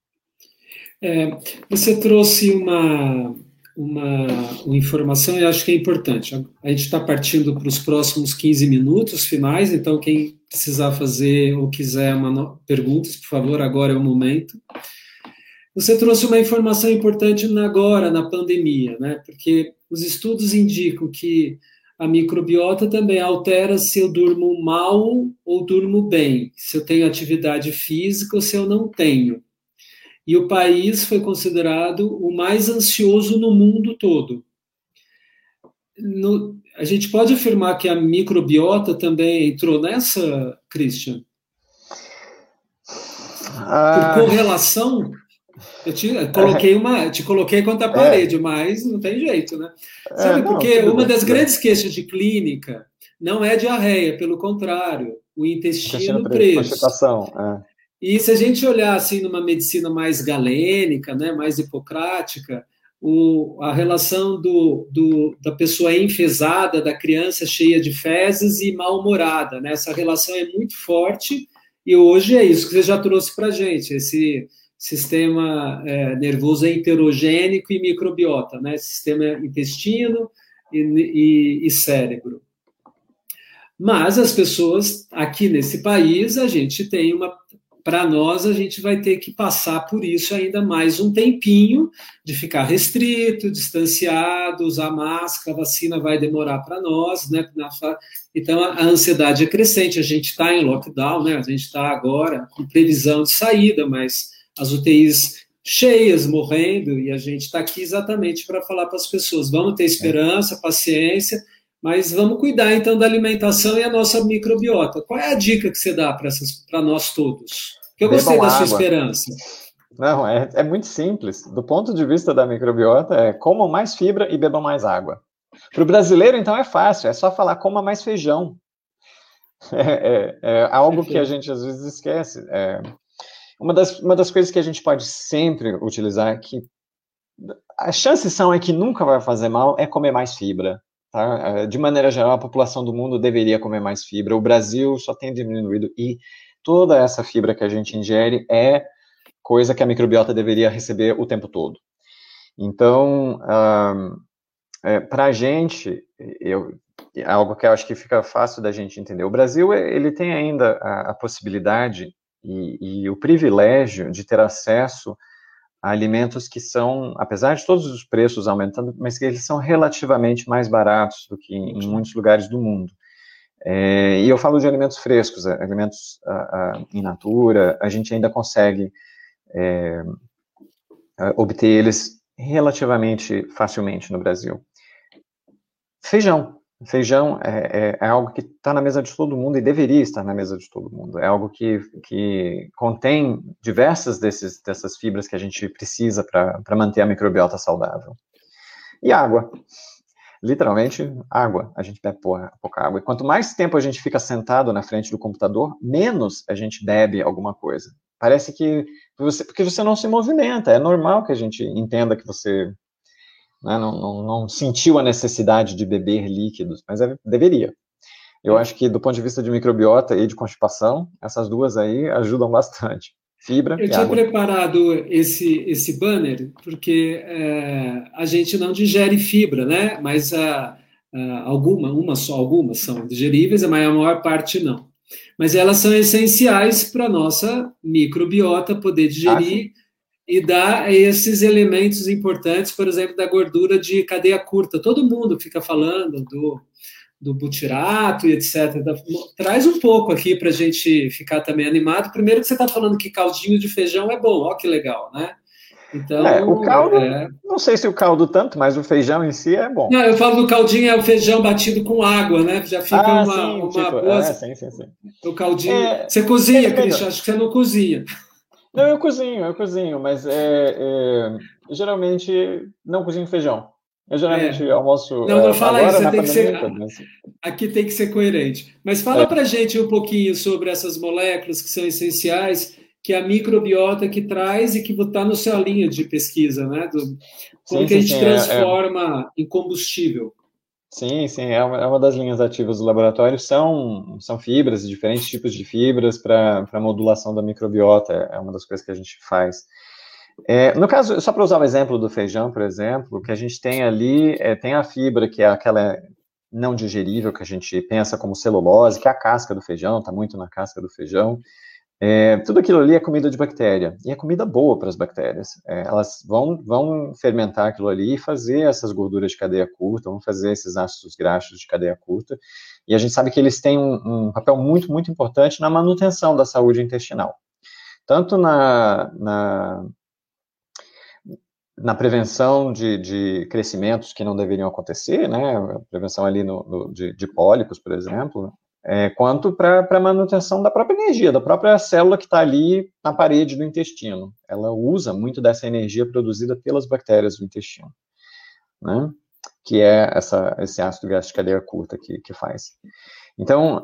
Speaker 1: Você trouxe uma informação e acho que é importante. A gente está partindo para os próximos 15 minutos finais, então quem precisar fazer ou quiser perguntas, por favor, agora é o momento. Você trouxe uma informação importante agora, na pandemia, né? Porque os estudos indicam que a microbiota também altera se eu durmo mal ou durmo bem, se eu tenho atividade física ou se eu não tenho. E o país foi considerado o mais ansioso no mundo todo. A gente pode afirmar que a microbiota também entrou nessa, Christian? Por correlação, eu te coloquei contra a parede, mas não tem jeito, né? Sabe, porque uma das grandes queixas de clínica não é diarreia, pelo contrário, o intestino preso. E se a gente olhar assim numa medicina mais galênica, né, mais hipocrática, a relação da pessoa enfesada, da criança cheia de fezes e mal-humorada, né? Essa relação é muito forte e hoje é isso que você já trouxe para a gente, esse sistema nervoso heterogênico e microbiota, né? Sistema intestino e cérebro. Mas as pessoas aqui nesse país, a gente tem para nós, a gente vai ter que passar por isso ainda mais um tempinho, de ficar restrito, distanciado, usar máscara, a vacina vai demorar para nós, né? Então, a ansiedade é crescente, a gente está em lockdown, né? A gente está agora com previsão de saída, mas as UTIs cheias, morrendo, e a gente está aqui exatamente para falar para as pessoas, vamos ter esperança, paciência, mas vamos cuidar, então, da alimentação e a nossa microbiota. Qual é a dica que você dá para nós todos? Porque eu gostei da sua esperança.
Speaker 2: Não, é muito simples. Do ponto de vista da microbiota, comam mais fibra e bebam mais água. Para o brasileiro, então, é fácil. É só falar, coma mais feijão. É algo que a gente, às vezes, esquece. Uma das coisas que a gente pode sempre utilizar, que as chances são que nunca vai fazer mal, é comer mais fibra. Tá? De maneira geral, a população do mundo deveria comer mais fibra. O Brasil só tem diminuído e toda essa fibra que a gente ingere é coisa que a microbiota deveria receber o tempo todo. Então, para a gente, algo que eu acho que fica fácil da gente entender. O Brasil ele tem ainda a possibilidade e o privilégio de ter acesso a alimentos que são, apesar de todos os preços aumentando, mas que eles são relativamente mais baratos do que em muitos lugares do mundo. E eu falo de alimentos frescos, alimentos in natura, a gente ainda consegue obter eles relativamente facilmente no Brasil. Feijão é algo que está na mesa de todo mundo e deveria estar na mesa de todo mundo. É algo que contém diversas dessas fibras que a gente precisa para manter a microbiota saudável. E água. Literalmente, água. A gente bebe pouca água. E quanto mais tempo a gente fica sentado na frente do computador, menos a gente bebe alguma coisa. Parece que porque você não se movimenta. É normal que a gente entenda que você não sentiu a necessidade de beber líquidos, mas deveria. Eu acho que, do ponto de vista de microbiota e de constipação, essas duas aí ajudam bastante. Fibra e água. Eu
Speaker 1: tinha preparado esse banner, porque a gente não digere fibra, né? Mas algumas são digeríveis, mas a maior parte não. Mas elas são essenciais para a nossa microbiota poder digerir e dar esses elementos importantes, por exemplo, da gordura de cadeia curta. Todo mundo fica falando do butirato e etc. Traz um pouco aqui para a gente ficar também animado. Primeiro que você está falando que caldinho de feijão é bom, ó que legal, né?
Speaker 2: Então, o caldo, não sei se o caldo tanto, mas o feijão em si é bom.
Speaker 1: Não, eu falo do caldinho, é o feijão batido com água, né? Já fica uma boa...
Speaker 2: Sim.
Speaker 1: O caldinho... Você cozinha, Cristian? Acho que você não cozinha.
Speaker 2: Não, eu cozinho, mas geralmente não cozinho feijão. Eu geralmente
Speaker 1: É.
Speaker 2: almoço,
Speaker 1: Não, não fala isso,
Speaker 2: agora
Speaker 1: você
Speaker 2: na
Speaker 1: tem que ser.
Speaker 2: pandemia, mas,
Speaker 1: Aqui tem que ser coerente. Mas fala para a gente um pouquinho sobre essas moléculas que são essenciais, que a microbiota que traz e que está no sua linha de pesquisa, né? Como
Speaker 2: sim,
Speaker 1: que a
Speaker 2: sim,
Speaker 1: gente
Speaker 2: sim,
Speaker 1: transforma em combustível.
Speaker 2: sim, sim, é uma das linhas ativas do laboratório, são fibras, diferentes tipos de fibras para modulação da microbiota, é uma das coisas que a gente faz. No caso, só para usar o exemplo do feijão, por exemplo, o que a gente tem ali, tem a fibra, que é aquela não digerível, que a gente pensa como celulose, que é a casca do feijão, está muito na casca do feijão. Tudo aquilo ali é comida de bactéria, e é comida boa para as bactérias. Elas vão fermentar aquilo ali e fazer essas gorduras de cadeia curta, vão fazer esses ácidos graxos de cadeia curta, e a gente sabe que eles têm um papel muito, muito importante na manutenção da saúde intestinal. Tanto na prevenção de crescimentos que não deveriam acontecer, né, a prevenção ali de pólipos, por exemplo, quanto para a manutenção da própria energia, da própria célula que está ali na parede do intestino. Ela usa muito dessa energia produzida pelas bactérias do intestino, né, que é esse ácido graxo de cadeia curta que faz. Então,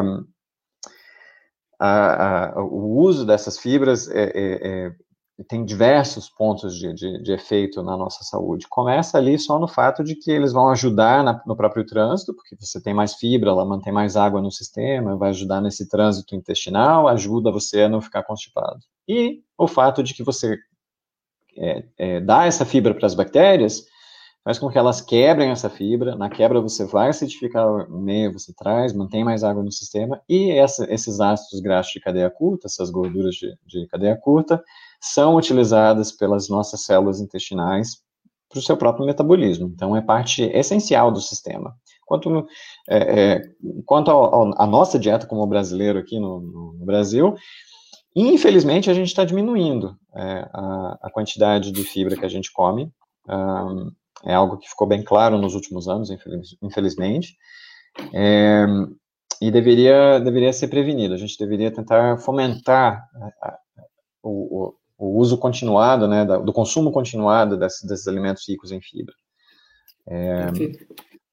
Speaker 2: o uso dessas fibras tem diversos pontos de efeito na nossa saúde. Começa ali só no fato de que eles vão ajudar no próprio trânsito, porque você tem mais fibra, ela mantém mais água no sistema, vai ajudar nesse trânsito intestinal, ajuda você a não ficar constipado. E o fato de que você dá essa fibra para as bactérias faz com que elas quebrem essa fibra, na quebra você vai acidificar o meio, você traz, mantém mais água no sistema, e esses ácidos graxos de cadeia curta, essas gorduras de cadeia curta, são utilizadas pelas nossas células intestinais para o seu próprio metabolismo. Então, é parte essencial do sistema. Quanto à nossa dieta como brasileiro aqui no Brasil, infelizmente a gente está diminuindo a quantidade de fibra que a gente come. É algo que ficou bem claro nos últimos anos, infelizmente, e deveria ser prevenido. A gente deveria tentar fomentar o uso continuado, né, do consumo continuado desses alimentos ricos em fibra.
Speaker 1: Perfeito.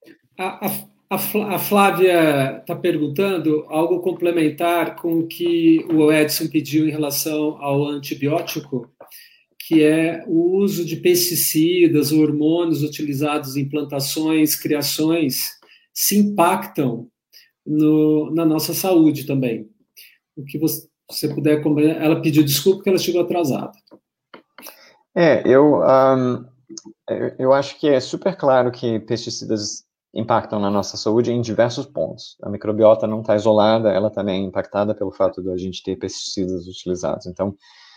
Speaker 1: A Flávia está perguntando algo complementar com o que o Edson pediu em relação ao antibiótico, que é o uso de pesticidas, hormônios utilizados em plantações, criações, se impactam na nossa saúde também. O que você puder compreender. Ela pediu desculpa porque ela chegou atrasada.
Speaker 2: Eu acho que é super claro que pesticidas impactam na nossa saúde em diversos pontos. A microbiota não está isolada, ela também é impactada pelo fato de a gente ter pesticidas utilizados. Então,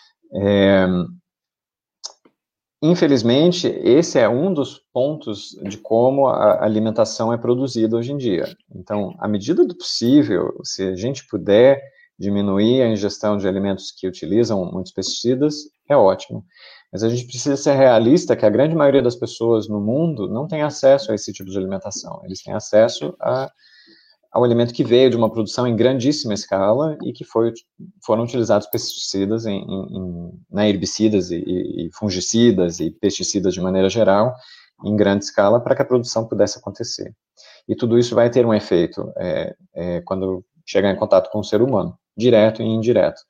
Speaker 2: infelizmente, esse é um dos pontos de como a alimentação é produzida hoje em dia. Então, à medida do possível, se a gente puder diminuir a ingestão de alimentos que utilizam muitos pesticidas, é ótimo. Mas a gente precisa ser realista que a grande maioria das pessoas no mundo não tem acesso a esse tipo de alimentação. Eles têm acesso ao alimento que veio de uma produção em grandíssima escala e que foram utilizados pesticidas, herbicidas e fungicidas e pesticidas de maneira geral, em grande escala, para que a produção pudesse acontecer. E tudo isso vai ter um efeito quando chegar em contato com o ser humano, direto e indireto.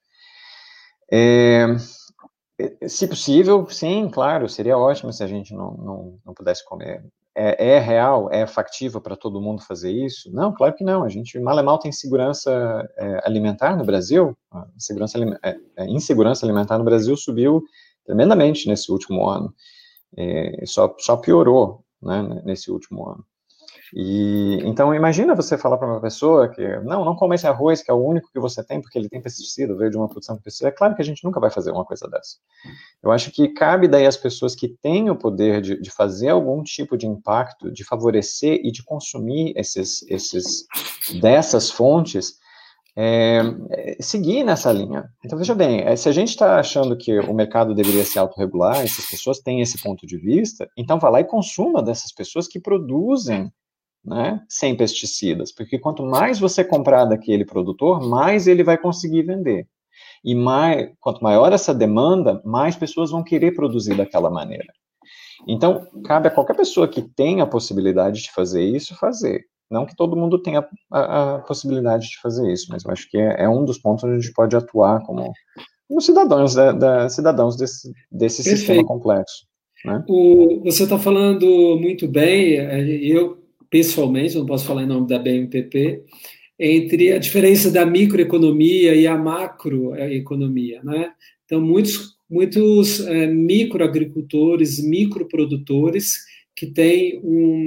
Speaker 2: Se possível, sim, claro, seria ótimo se a gente não pudesse comer. É real, é factível para todo mundo fazer isso? Não, claro que não. A gente, mal e mal, tem segurança alimentar no Brasil. A insegurança alimentar no Brasil subiu tremendamente nesse último ano. Só piorou, né, nesse último ano. Então, imagina você falar para uma pessoa que, não coma esse arroz, que é o único que você tem, porque ele tem pesticida, veio de uma produção de pesticida. É claro que a gente nunca vai fazer uma coisa dessa. Eu acho que cabe daí às pessoas que têm o poder de fazer algum tipo de impacto, de favorecer e de consumir dessas fontes, seguir nessa linha. Então, veja bem, se a gente está achando que o mercado deveria se autorregular, essas pessoas têm esse ponto de vista, então vá lá e consuma dessas pessoas que produzem, né, sem pesticidas, porque quanto mais você comprar daquele produtor, mais ele vai conseguir vender. E quanto maior essa demanda, mais pessoas vão querer produzir daquela maneira. Então, cabe a qualquer pessoa que tenha a possibilidade de fazer isso, fazer. Não que todo mundo tenha a possibilidade de fazer isso, mas eu acho que é um dos pontos onde a gente pode atuar como cidadãos, cidadãos desse sistema complexo. Né?
Speaker 1: Você está falando muito bem, eu pessoalmente, não posso falar em nome da BMPP, entre a diferença da microeconomia e a macroeconomia, né? Então, muitos microagricultores, microprodutores que têm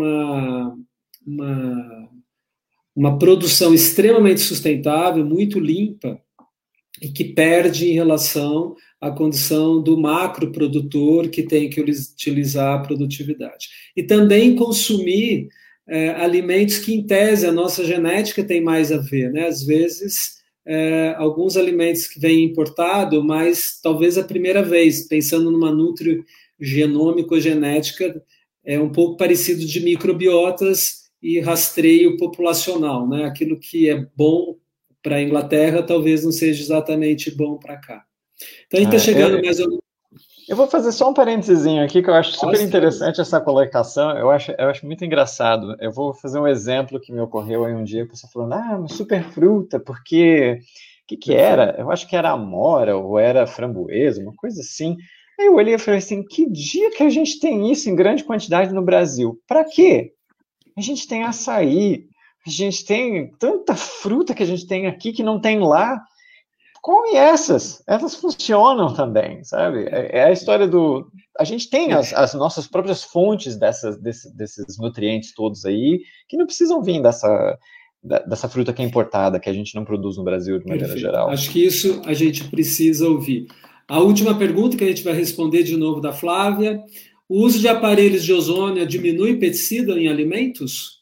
Speaker 1: uma produção extremamente sustentável, muito limpa, e que perde em relação à condição do macroprodutor que tem que utilizar a produtividade. E também consumir alimentos que, em tese, a nossa genética tem mais a ver, né? Às vezes, alguns alimentos que vêm importado, mas talvez a primeira vez, pensando numa nutrigenômico-genética, é um pouco parecido de microbiotas e rastreio populacional, né? Aquilo que é bom para a Inglaterra talvez não seja exatamente bom para cá. Então a gente está chegando mais ou menos.
Speaker 2: Eu vou fazer só um parênteses aqui, que eu acho super interessante essa colocação, eu acho muito engraçado. Eu vou fazer um exemplo que me ocorreu aí um dia, a pessoa falando, uma superfruta, porque... O que era? Eu acho que era amora, ou era framboesa, uma coisa assim. Aí eu olhei e falei assim, que dia que a gente tem isso em grande quantidade no Brasil? Para quê? A gente tem açaí, a gente tem tanta fruta que a gente tem aqui que não tem lá. Come essas, elas funcionam também, sabe? É a história do... A gente tem as nossas próprias fontes desses nutrientes todos aí, que não precisam vir dessa fruta que é importada, que a gente não produz no Brasil de maneira geral.
Speaker 1: Acho que isso a gente precisa ouvir. A última pergunta que a gente vai responder de novo da Flávia: o uso de aparelhos de ozônio diminui pesticida em alimentos?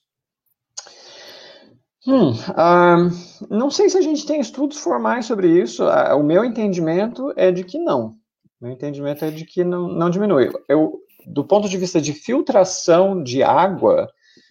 Speaker 2: Não sei se a gente tem estudos formais sobre isso. O meu entendimento é de que não. Meu entendimento é de que não diminui. Do ponto de vista de filtração de água,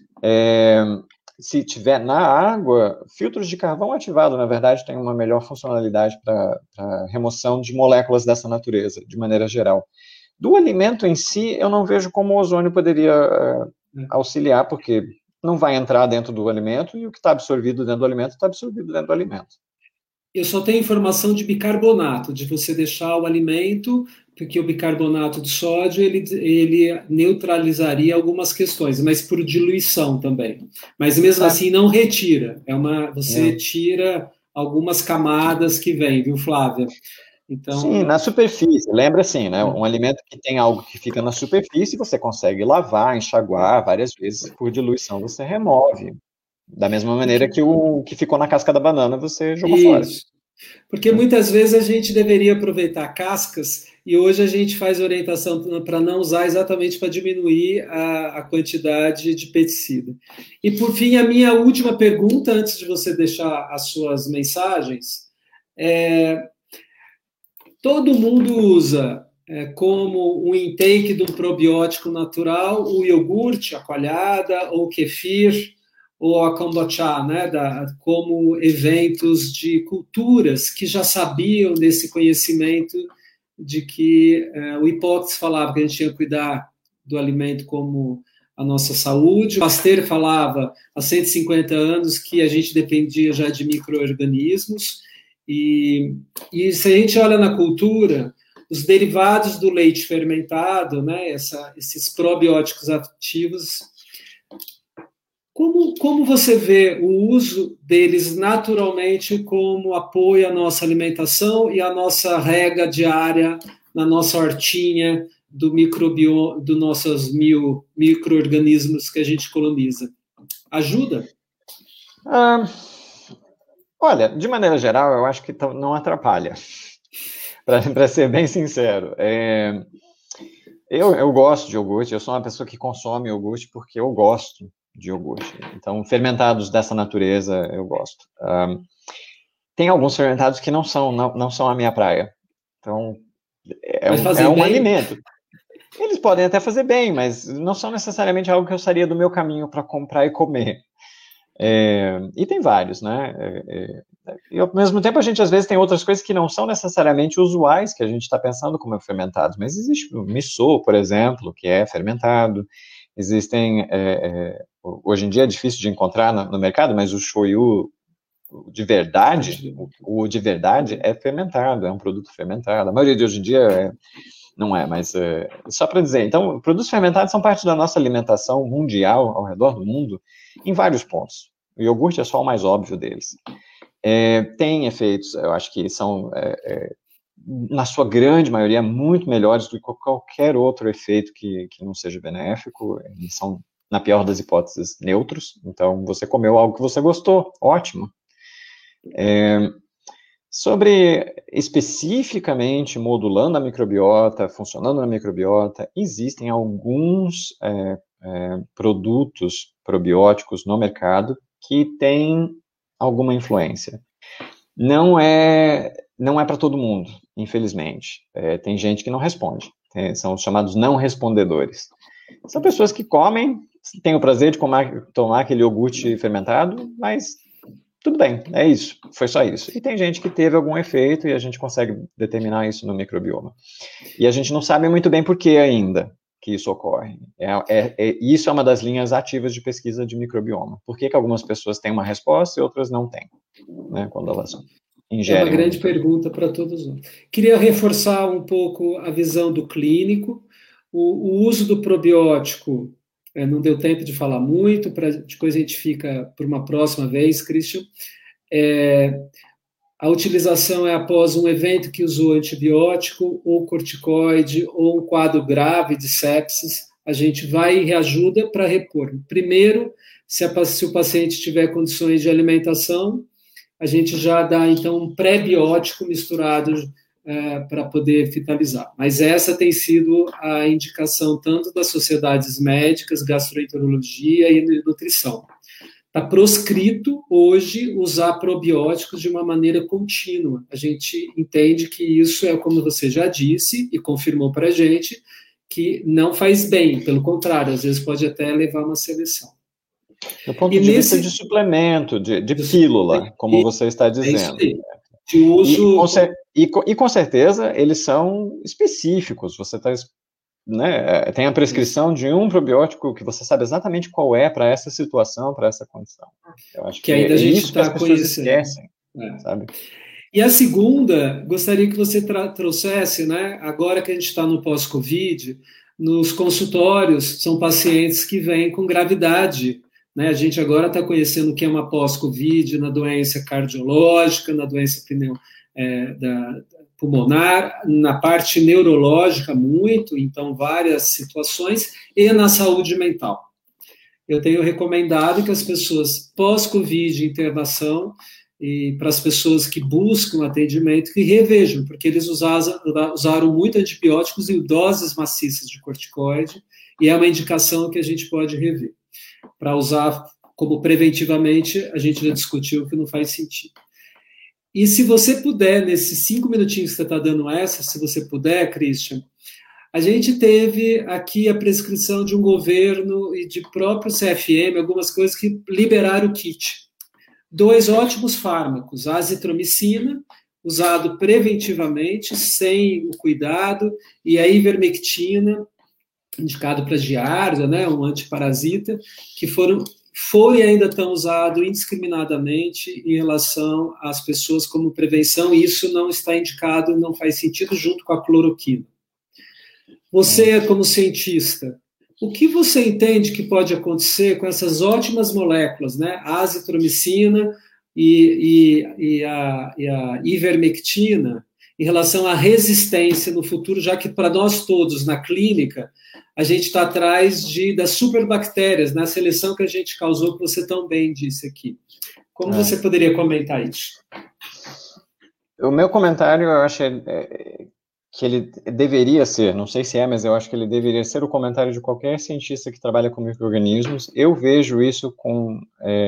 Speaker 2: se tiver na água, filtros de carvão ativado, na verdade, tem uma melhor funcionalidade para remoção de moléculas dessa natureza, de maneira geral. Do alimento em si, eu não vejo como o ozônio poderia auxiliar, porque não vai entrar dentro do alimento e o que está absorvido dentro do alimento está absorvido dentro do alimento.
Speaker 1: Eu só tenho informação de bicarbonato, de você deixar o alimento, porque o bicarbonato de sódio ele neutralizaria algumas questões, mas por diluição também. Mas mesmo assim não retira. Você tira algumas camadas que vêm, viu, Flávia? Então,
Speaker 2: sim, na superfície. Lembra assim, né? Um alimento que tem algo que fica na superfície, você consegue lavar, enxaguar várias vezes, por diluição você remove. Da mesma maneira que o que ficou na casca da banana, você jogou fora.
Speaker 1: Porque muitas vezes a gente deveria aproveitar cascas e hoje a gente faz orientação para não usar exatamente para diminuir a quantidade de pesticida. E, por fim, a minha última pergunta, antes de você deixar as suas mensagens, todo mundo usa como um intake de um probiótico natural o iogurte, a coalhada ou o kefir, ou a kombucha, né, como eventos de culturas que já sabiam desse conhecimento de que o Hipócrates falava que a gente tinha que cuidar do alimento como a nossa saúde. O Pasteur falava há 150 anos que a gente dependia já de micro-organismos. E se a gente olha na cultura, os derivados do leite fermentado, né, esses probióticos ativos, como você vê o uso deles naturalmente como apoio à nossa alimentação e à nossa rega diária na nossa hortinha dos nossos micro-organismos que a gente coloniza? Ajuda?
Speaker 2: Olha, de maneira geral, eu acho que não atrapalha, para ser bem sincero. Eu gosto de iogurte, eu sou uma pessoa que consome iogurte porque eu gosto de iogurte. Então, fermentados dessa natureza, eu gosto. Tem alguns fermentados que não são a minha praia. Então, é um alimento. Eles podem até fazer bem, mas não são necessariamente algo que eu sairia do meu caminho para comprar e comer. E tem vários, né? E ao mesmo tempo a gente às vezes tem outras coisas que não são necessariamente usuais, que a gente está pensando como fermentados, mas existe o miso, por exemplo, que é fermentado, existem, hoje em dia é difícil de encontrar no mercado, mas o shoyu de verdade, o de verdade é fermentado, é um produto fermentado, a maioria de hoje em dia não é, mas só para dizer, então, produtos fermentados são parte da nossa alimentação mundial, ao redor do mundo, em vários pontos. O iogurte é só o mais óbvio deles. Tem efeitos, eu acho que são, na sua grande maioria, muito melhores do que qualquer outro efeito que não seja benéfico. Eles são, na pior das hipóteses, neutros. Então, você comeu algo que você gostou, ótimo. Sobre especificamente modulando a microbiota, funcionando na microbiota, existem alguns produtos probióticos no mercado que têm alguma influência. Não é para todo mundo, infelizmente. Tem gente que não responde. São os chamados não respondedores. São pessoas que comem, têm o prazer de tomar aquele iogurte fermentado, mas tudo bem, é isso, foi só isso. E tem gente que teve algum efeito e a gente consegue determinar isso no microbioma. E a gente não sabe muito bem por que ainda que isso ocorre. Isso é uma das linhas ativas de pesquisa de microbioma. Por que algumas pessoas têm uma resposta e outras não têm, né, quando elas ingerem?
Speaker 1: É uma grande pergunta para todos nós. Queria reforçar um pouco a visão do clínico. O uso do probiótico, não deu tempo de falar muito, depois a gente fica por uma próxima vez, Christian. A utilização é após um evento que usou antibiótico ou corticoide ou um quadro grave de sepsis, a gente vai e reajuda para repor. Primeiro, se o paciente tiver condições de alimentação, a gente já dá, então, um pré-biótico misturado para poder vitalizar. Mas essa tem sido a indicação tanto das sociedades médicas, gastroenterologia e nutrição. Está proscrito hoje usar probióticos de uma maneira contínua. A gente entende que isso é, como você já disse e confirmou para a gente, que não faz bem, pelo contrário, às vezes pode até levar a uma seleção.
Speaker 2: Do ponto de vista de suplemento, de pílula, como você está dizendo.
Speaker 1: De uso...
Speaker 2: E com certeza eles são específicos. Você está, né, tem a prescrição de um probiótico que você sabe exatamente qual é para essa situação, para essa condição. Eu acho que
Speaker 1: ainda a gente
Speaker 2: isso que as pessoas esquecem, sabe?
Speaker 1: E a segunda, gostaria que você trouxesse, né, agora que a gente está no pós-Covid, nos consultórios, são pacientes que vêm com gravidade, né? A gente agora está conhecendo o que é uma pós-Covid na doença cardiológica, na doença pulmonar, na parte neurológica muito, então várias situações, e na saúde mental. Eu tenho recomendado que as pessoas pós-Covid, internação, e para as pessoas que buscam atendimento, que revejam, porque eles usaram muito antibióticos e doses maciças de corticoide, e é uma indicação que a gente pode rever. Para usar como preventivamente, a gente já discutiu que não faz sentido. E se você puder, nesses 5 minutinhos que você está dando se você puder, Christian, a gente teve aqui a prescrição de um governo e de próprio CFM, algumas coisas que liberaram o kit. 2 ótimos fármacos, a azitromicina, usado preventivamente, sem o cuidado, e a ivermectina, indicado para giardia, né, um antiparasita, que foi e ainda estão usados indiscriminadamente em relação às pessoas como prevenção, e isso não está indicado, não faz sentido, junto com a cloroquina. Você, como cientista, o que você entende que pode acontecer com essas ótimas moléculas, né, a azitromicina e a ivermectina, em relação à resistência no futuro, já que para nós todos, na clínica, a gente está atrás das superbactérias, na seleção que a gente causou, que você tão bem disse aqui. Como você poderia comentar isso?
Speaker 2: O meu comentário, eu acho que ele deveria ser, não sei se mas eu acho que ele deveria ser o comentário de qualquer cientista que trabalha com micro-organismos. Eu vejo isso com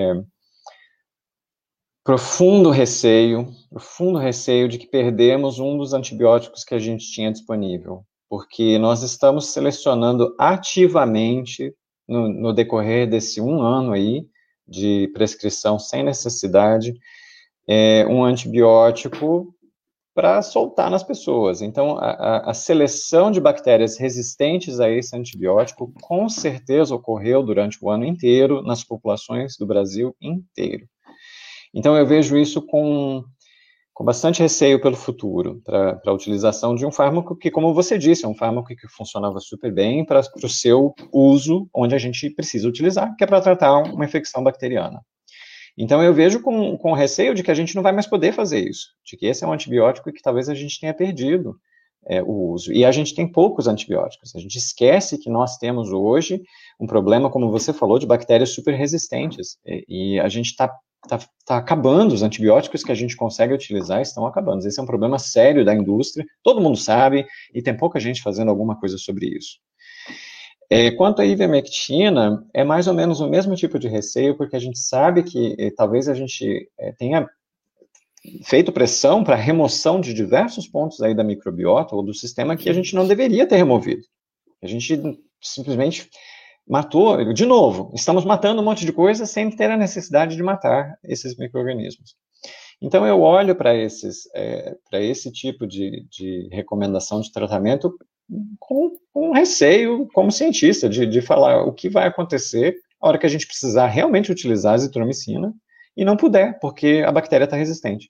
Speaker 2: profundo receio de que perdemos um dos antibióticos que a gente tinha disponível, porque nós estamos selecionando ativamente, no decorrer desse 1 ano aí, de prescrição sem necessidade, um antibiótico para soltar nas pessoas. Então, a seleção de bactérias resistentes a esse antibiótico com certeza ocorreu durante o ano inteiro nas populações do Brasil inteiro. Então, eu vejo isso com bastante receio pelo futuro, para a utilização de um fármaco que, como você disse, é um fármaco que funcionava super bem para o seu uso, onde a gente precisa utilizar, que é para tratar uma infecção bacteriana. Então, eu vejo com receio de que a gente não vai mais poder fazer isso, de que esse é um antibiótico e que talvez a gente tenha perdido o uso. E a gente tem poucos antibióticos. A gente esquece que nós temos hoje um problema, como você falou, de bactérias super resistentes. E a gente está acabando, os antibióticos que a gente consegue utilizar estão acabando. Esse é um problema sério da indústria, todo mundo sabe, e tem pouca gente fazendo alguma coisa sobre isso. Quanto à ivermectina, é mais ou menos o mesmo tipo de receio, porque a gente sabe que talvez a gente tenha feito pressão para a remoção de diversos pontos aí da microbiota ou do sistema que a gente não deveria ter removido. A gente simplesmente matou, de novo, estamos matando um monte de coisa sem ter a necessidade de matar esses micro-organismos. Então, eu olho para esse tipo de recomendação de tratamento com receio, como cientista, de falar o que vai acontecer a hora que a gente precisar realmente utilizar a azitromicina e não puder, porque a bactéria está resistente.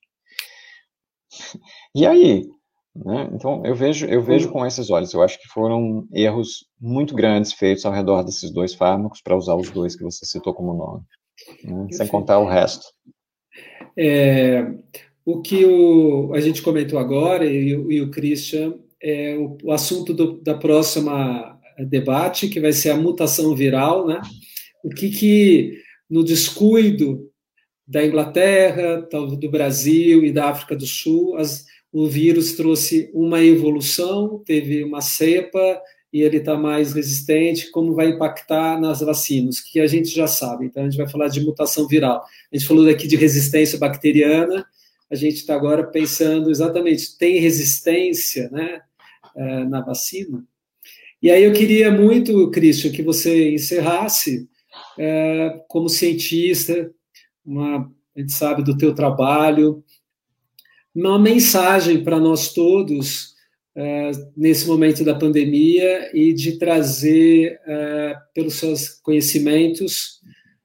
Speaker 2: E aí? Né? Então, eu vejo com esses olhos. Eu acho que foram erros muito grandes feitos ao redor desses dois fármacos, para usar os dois que você citou como nome, né? Sem contar o resto.
Speaker 1: O que a gente comentou agora, e o Christian, é o assunto da próxima debate, que vai ser a mutação viral, né? O que no descuido da Inglaterra, do Brasil e da África do Sul, o vírus trouxe uma evolução, teve uma cepa, e ele está mais resistente, como vai impactar nas vacinas, que a gente já sabe. Então, a gente vai falar de mutação viral. A gente falou daqui de resistência bacteriana, a gente está agora pensando exatamente, tem resistência, né, na vacina? E aí eu queria muito, Christian, que você encerrasse, como cientista, a gente sabe do teu trabalho, uma mensagem para nós todos, nesse momento da pandemia, e de trazer, pelos seus conhecimentos,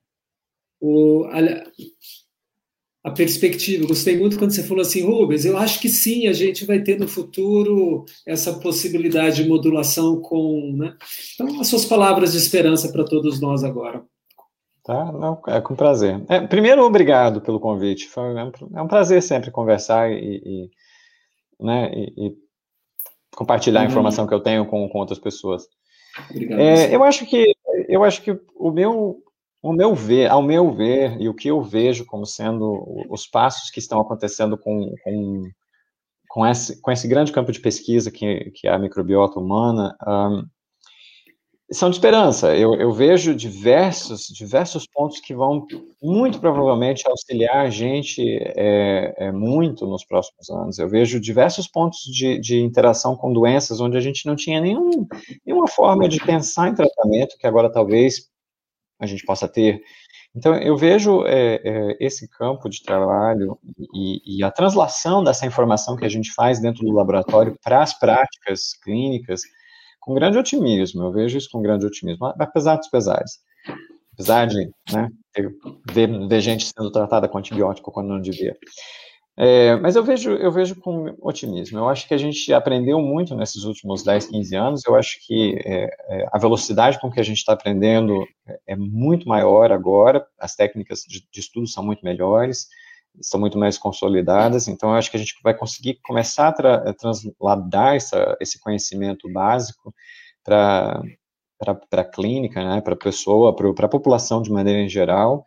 Speaker 1: a perspectiva. Eu gostei muito quando você falou assim, Rubens, eu acho que sim, a gente vai ter no futuro essa possibilidade de modulação né? Então, as suas palavras de esperança para todos nós agora.
Speaker 2: Tá, não, com prazer. Primeiro, obrigado pelo convite. É um prazer sempre conversar e compartilhar a informação que eu tenho com outras pessoas.
Speaker 1: Obrigado.
Speaker 2: Eu acho que ao meu ver, e o que eu vejo como sendo os passos que estão acontecendo com esse grande campo de pesquisa que é a microbiota humana, são de esperança. Eu vejo diversos pontos que vão, muito provavelmente, auxiliar a gente muito nos próximos anos. Eu vejo diversos pontos de interação com doenças onde a gente não tinha nenhuma forma de pensar em tratamento, que agora talvez a gente possa ter. Então, eu vejo esse campo de trabalho e a translação dessa informação que a gente faz dentro do laboratório para as práticas clínicas com grande otimismo. Eu vejo isso com grande otimismo, apesar dos pesares. Apesar de ver gente sendo tratada com antibiótico quando não devia. Mas eu vejo com otimismo. Eu acho que a gente aprendeu muito nesses últimos 10, 15 anos. Eu acho que a velocidade com que a gente está aprendendo é muito maior agora. As técnicas de estudo são muito melhores, são muito mais consolidadas. Então, eu acho que a gente vai conseguir começar a transladar esse conhecimento básico para a clínica, né, para a pessoa, para a população de maneira em geral,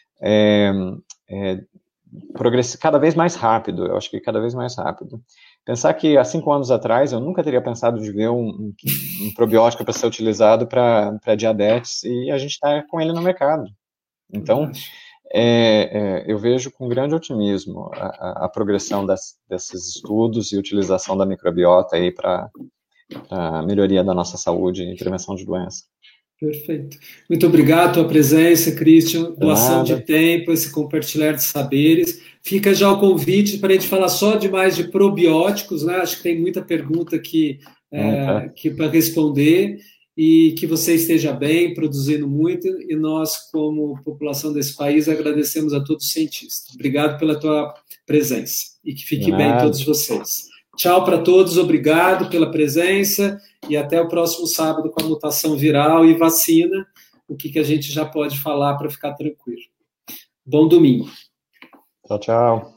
Speaker 2: progredir cada vez mais rápido. Eu acho que cada vez mais rápido. Pensar que há 5 anos atrás eu nunca teria pensado de ver um probiótico para ser utilizado para diabetes, e a gente está com ele no mercado. Então, eu vejo com grande otimismo a progressão desses estudos e utilização da microbiota aí para a melhoria da nossa saúde e prevenção de doença.
Speaker 1: Perfeito. Muito obrigado pela tua presença, Christian, doação de tempo, esse compartilhar de saberes. Fica já o convite para a gente falar só de mais de probióticos, né? Acho que tem muita pergunta aqui para responder, e que você esteja bem, produzindo muito, e nós, como população desse país, agradecemos a todos os cientistas. Obrigado pela tua presença, e que fique bem todos vocês. Tchau para todos, obrigado pela presença, e até o próximo sábado com a mutação viral e vacina, o que a gente já pode falar para ficar tranquilo. Bom domingo.
Speaker 2: Tchau, tchau.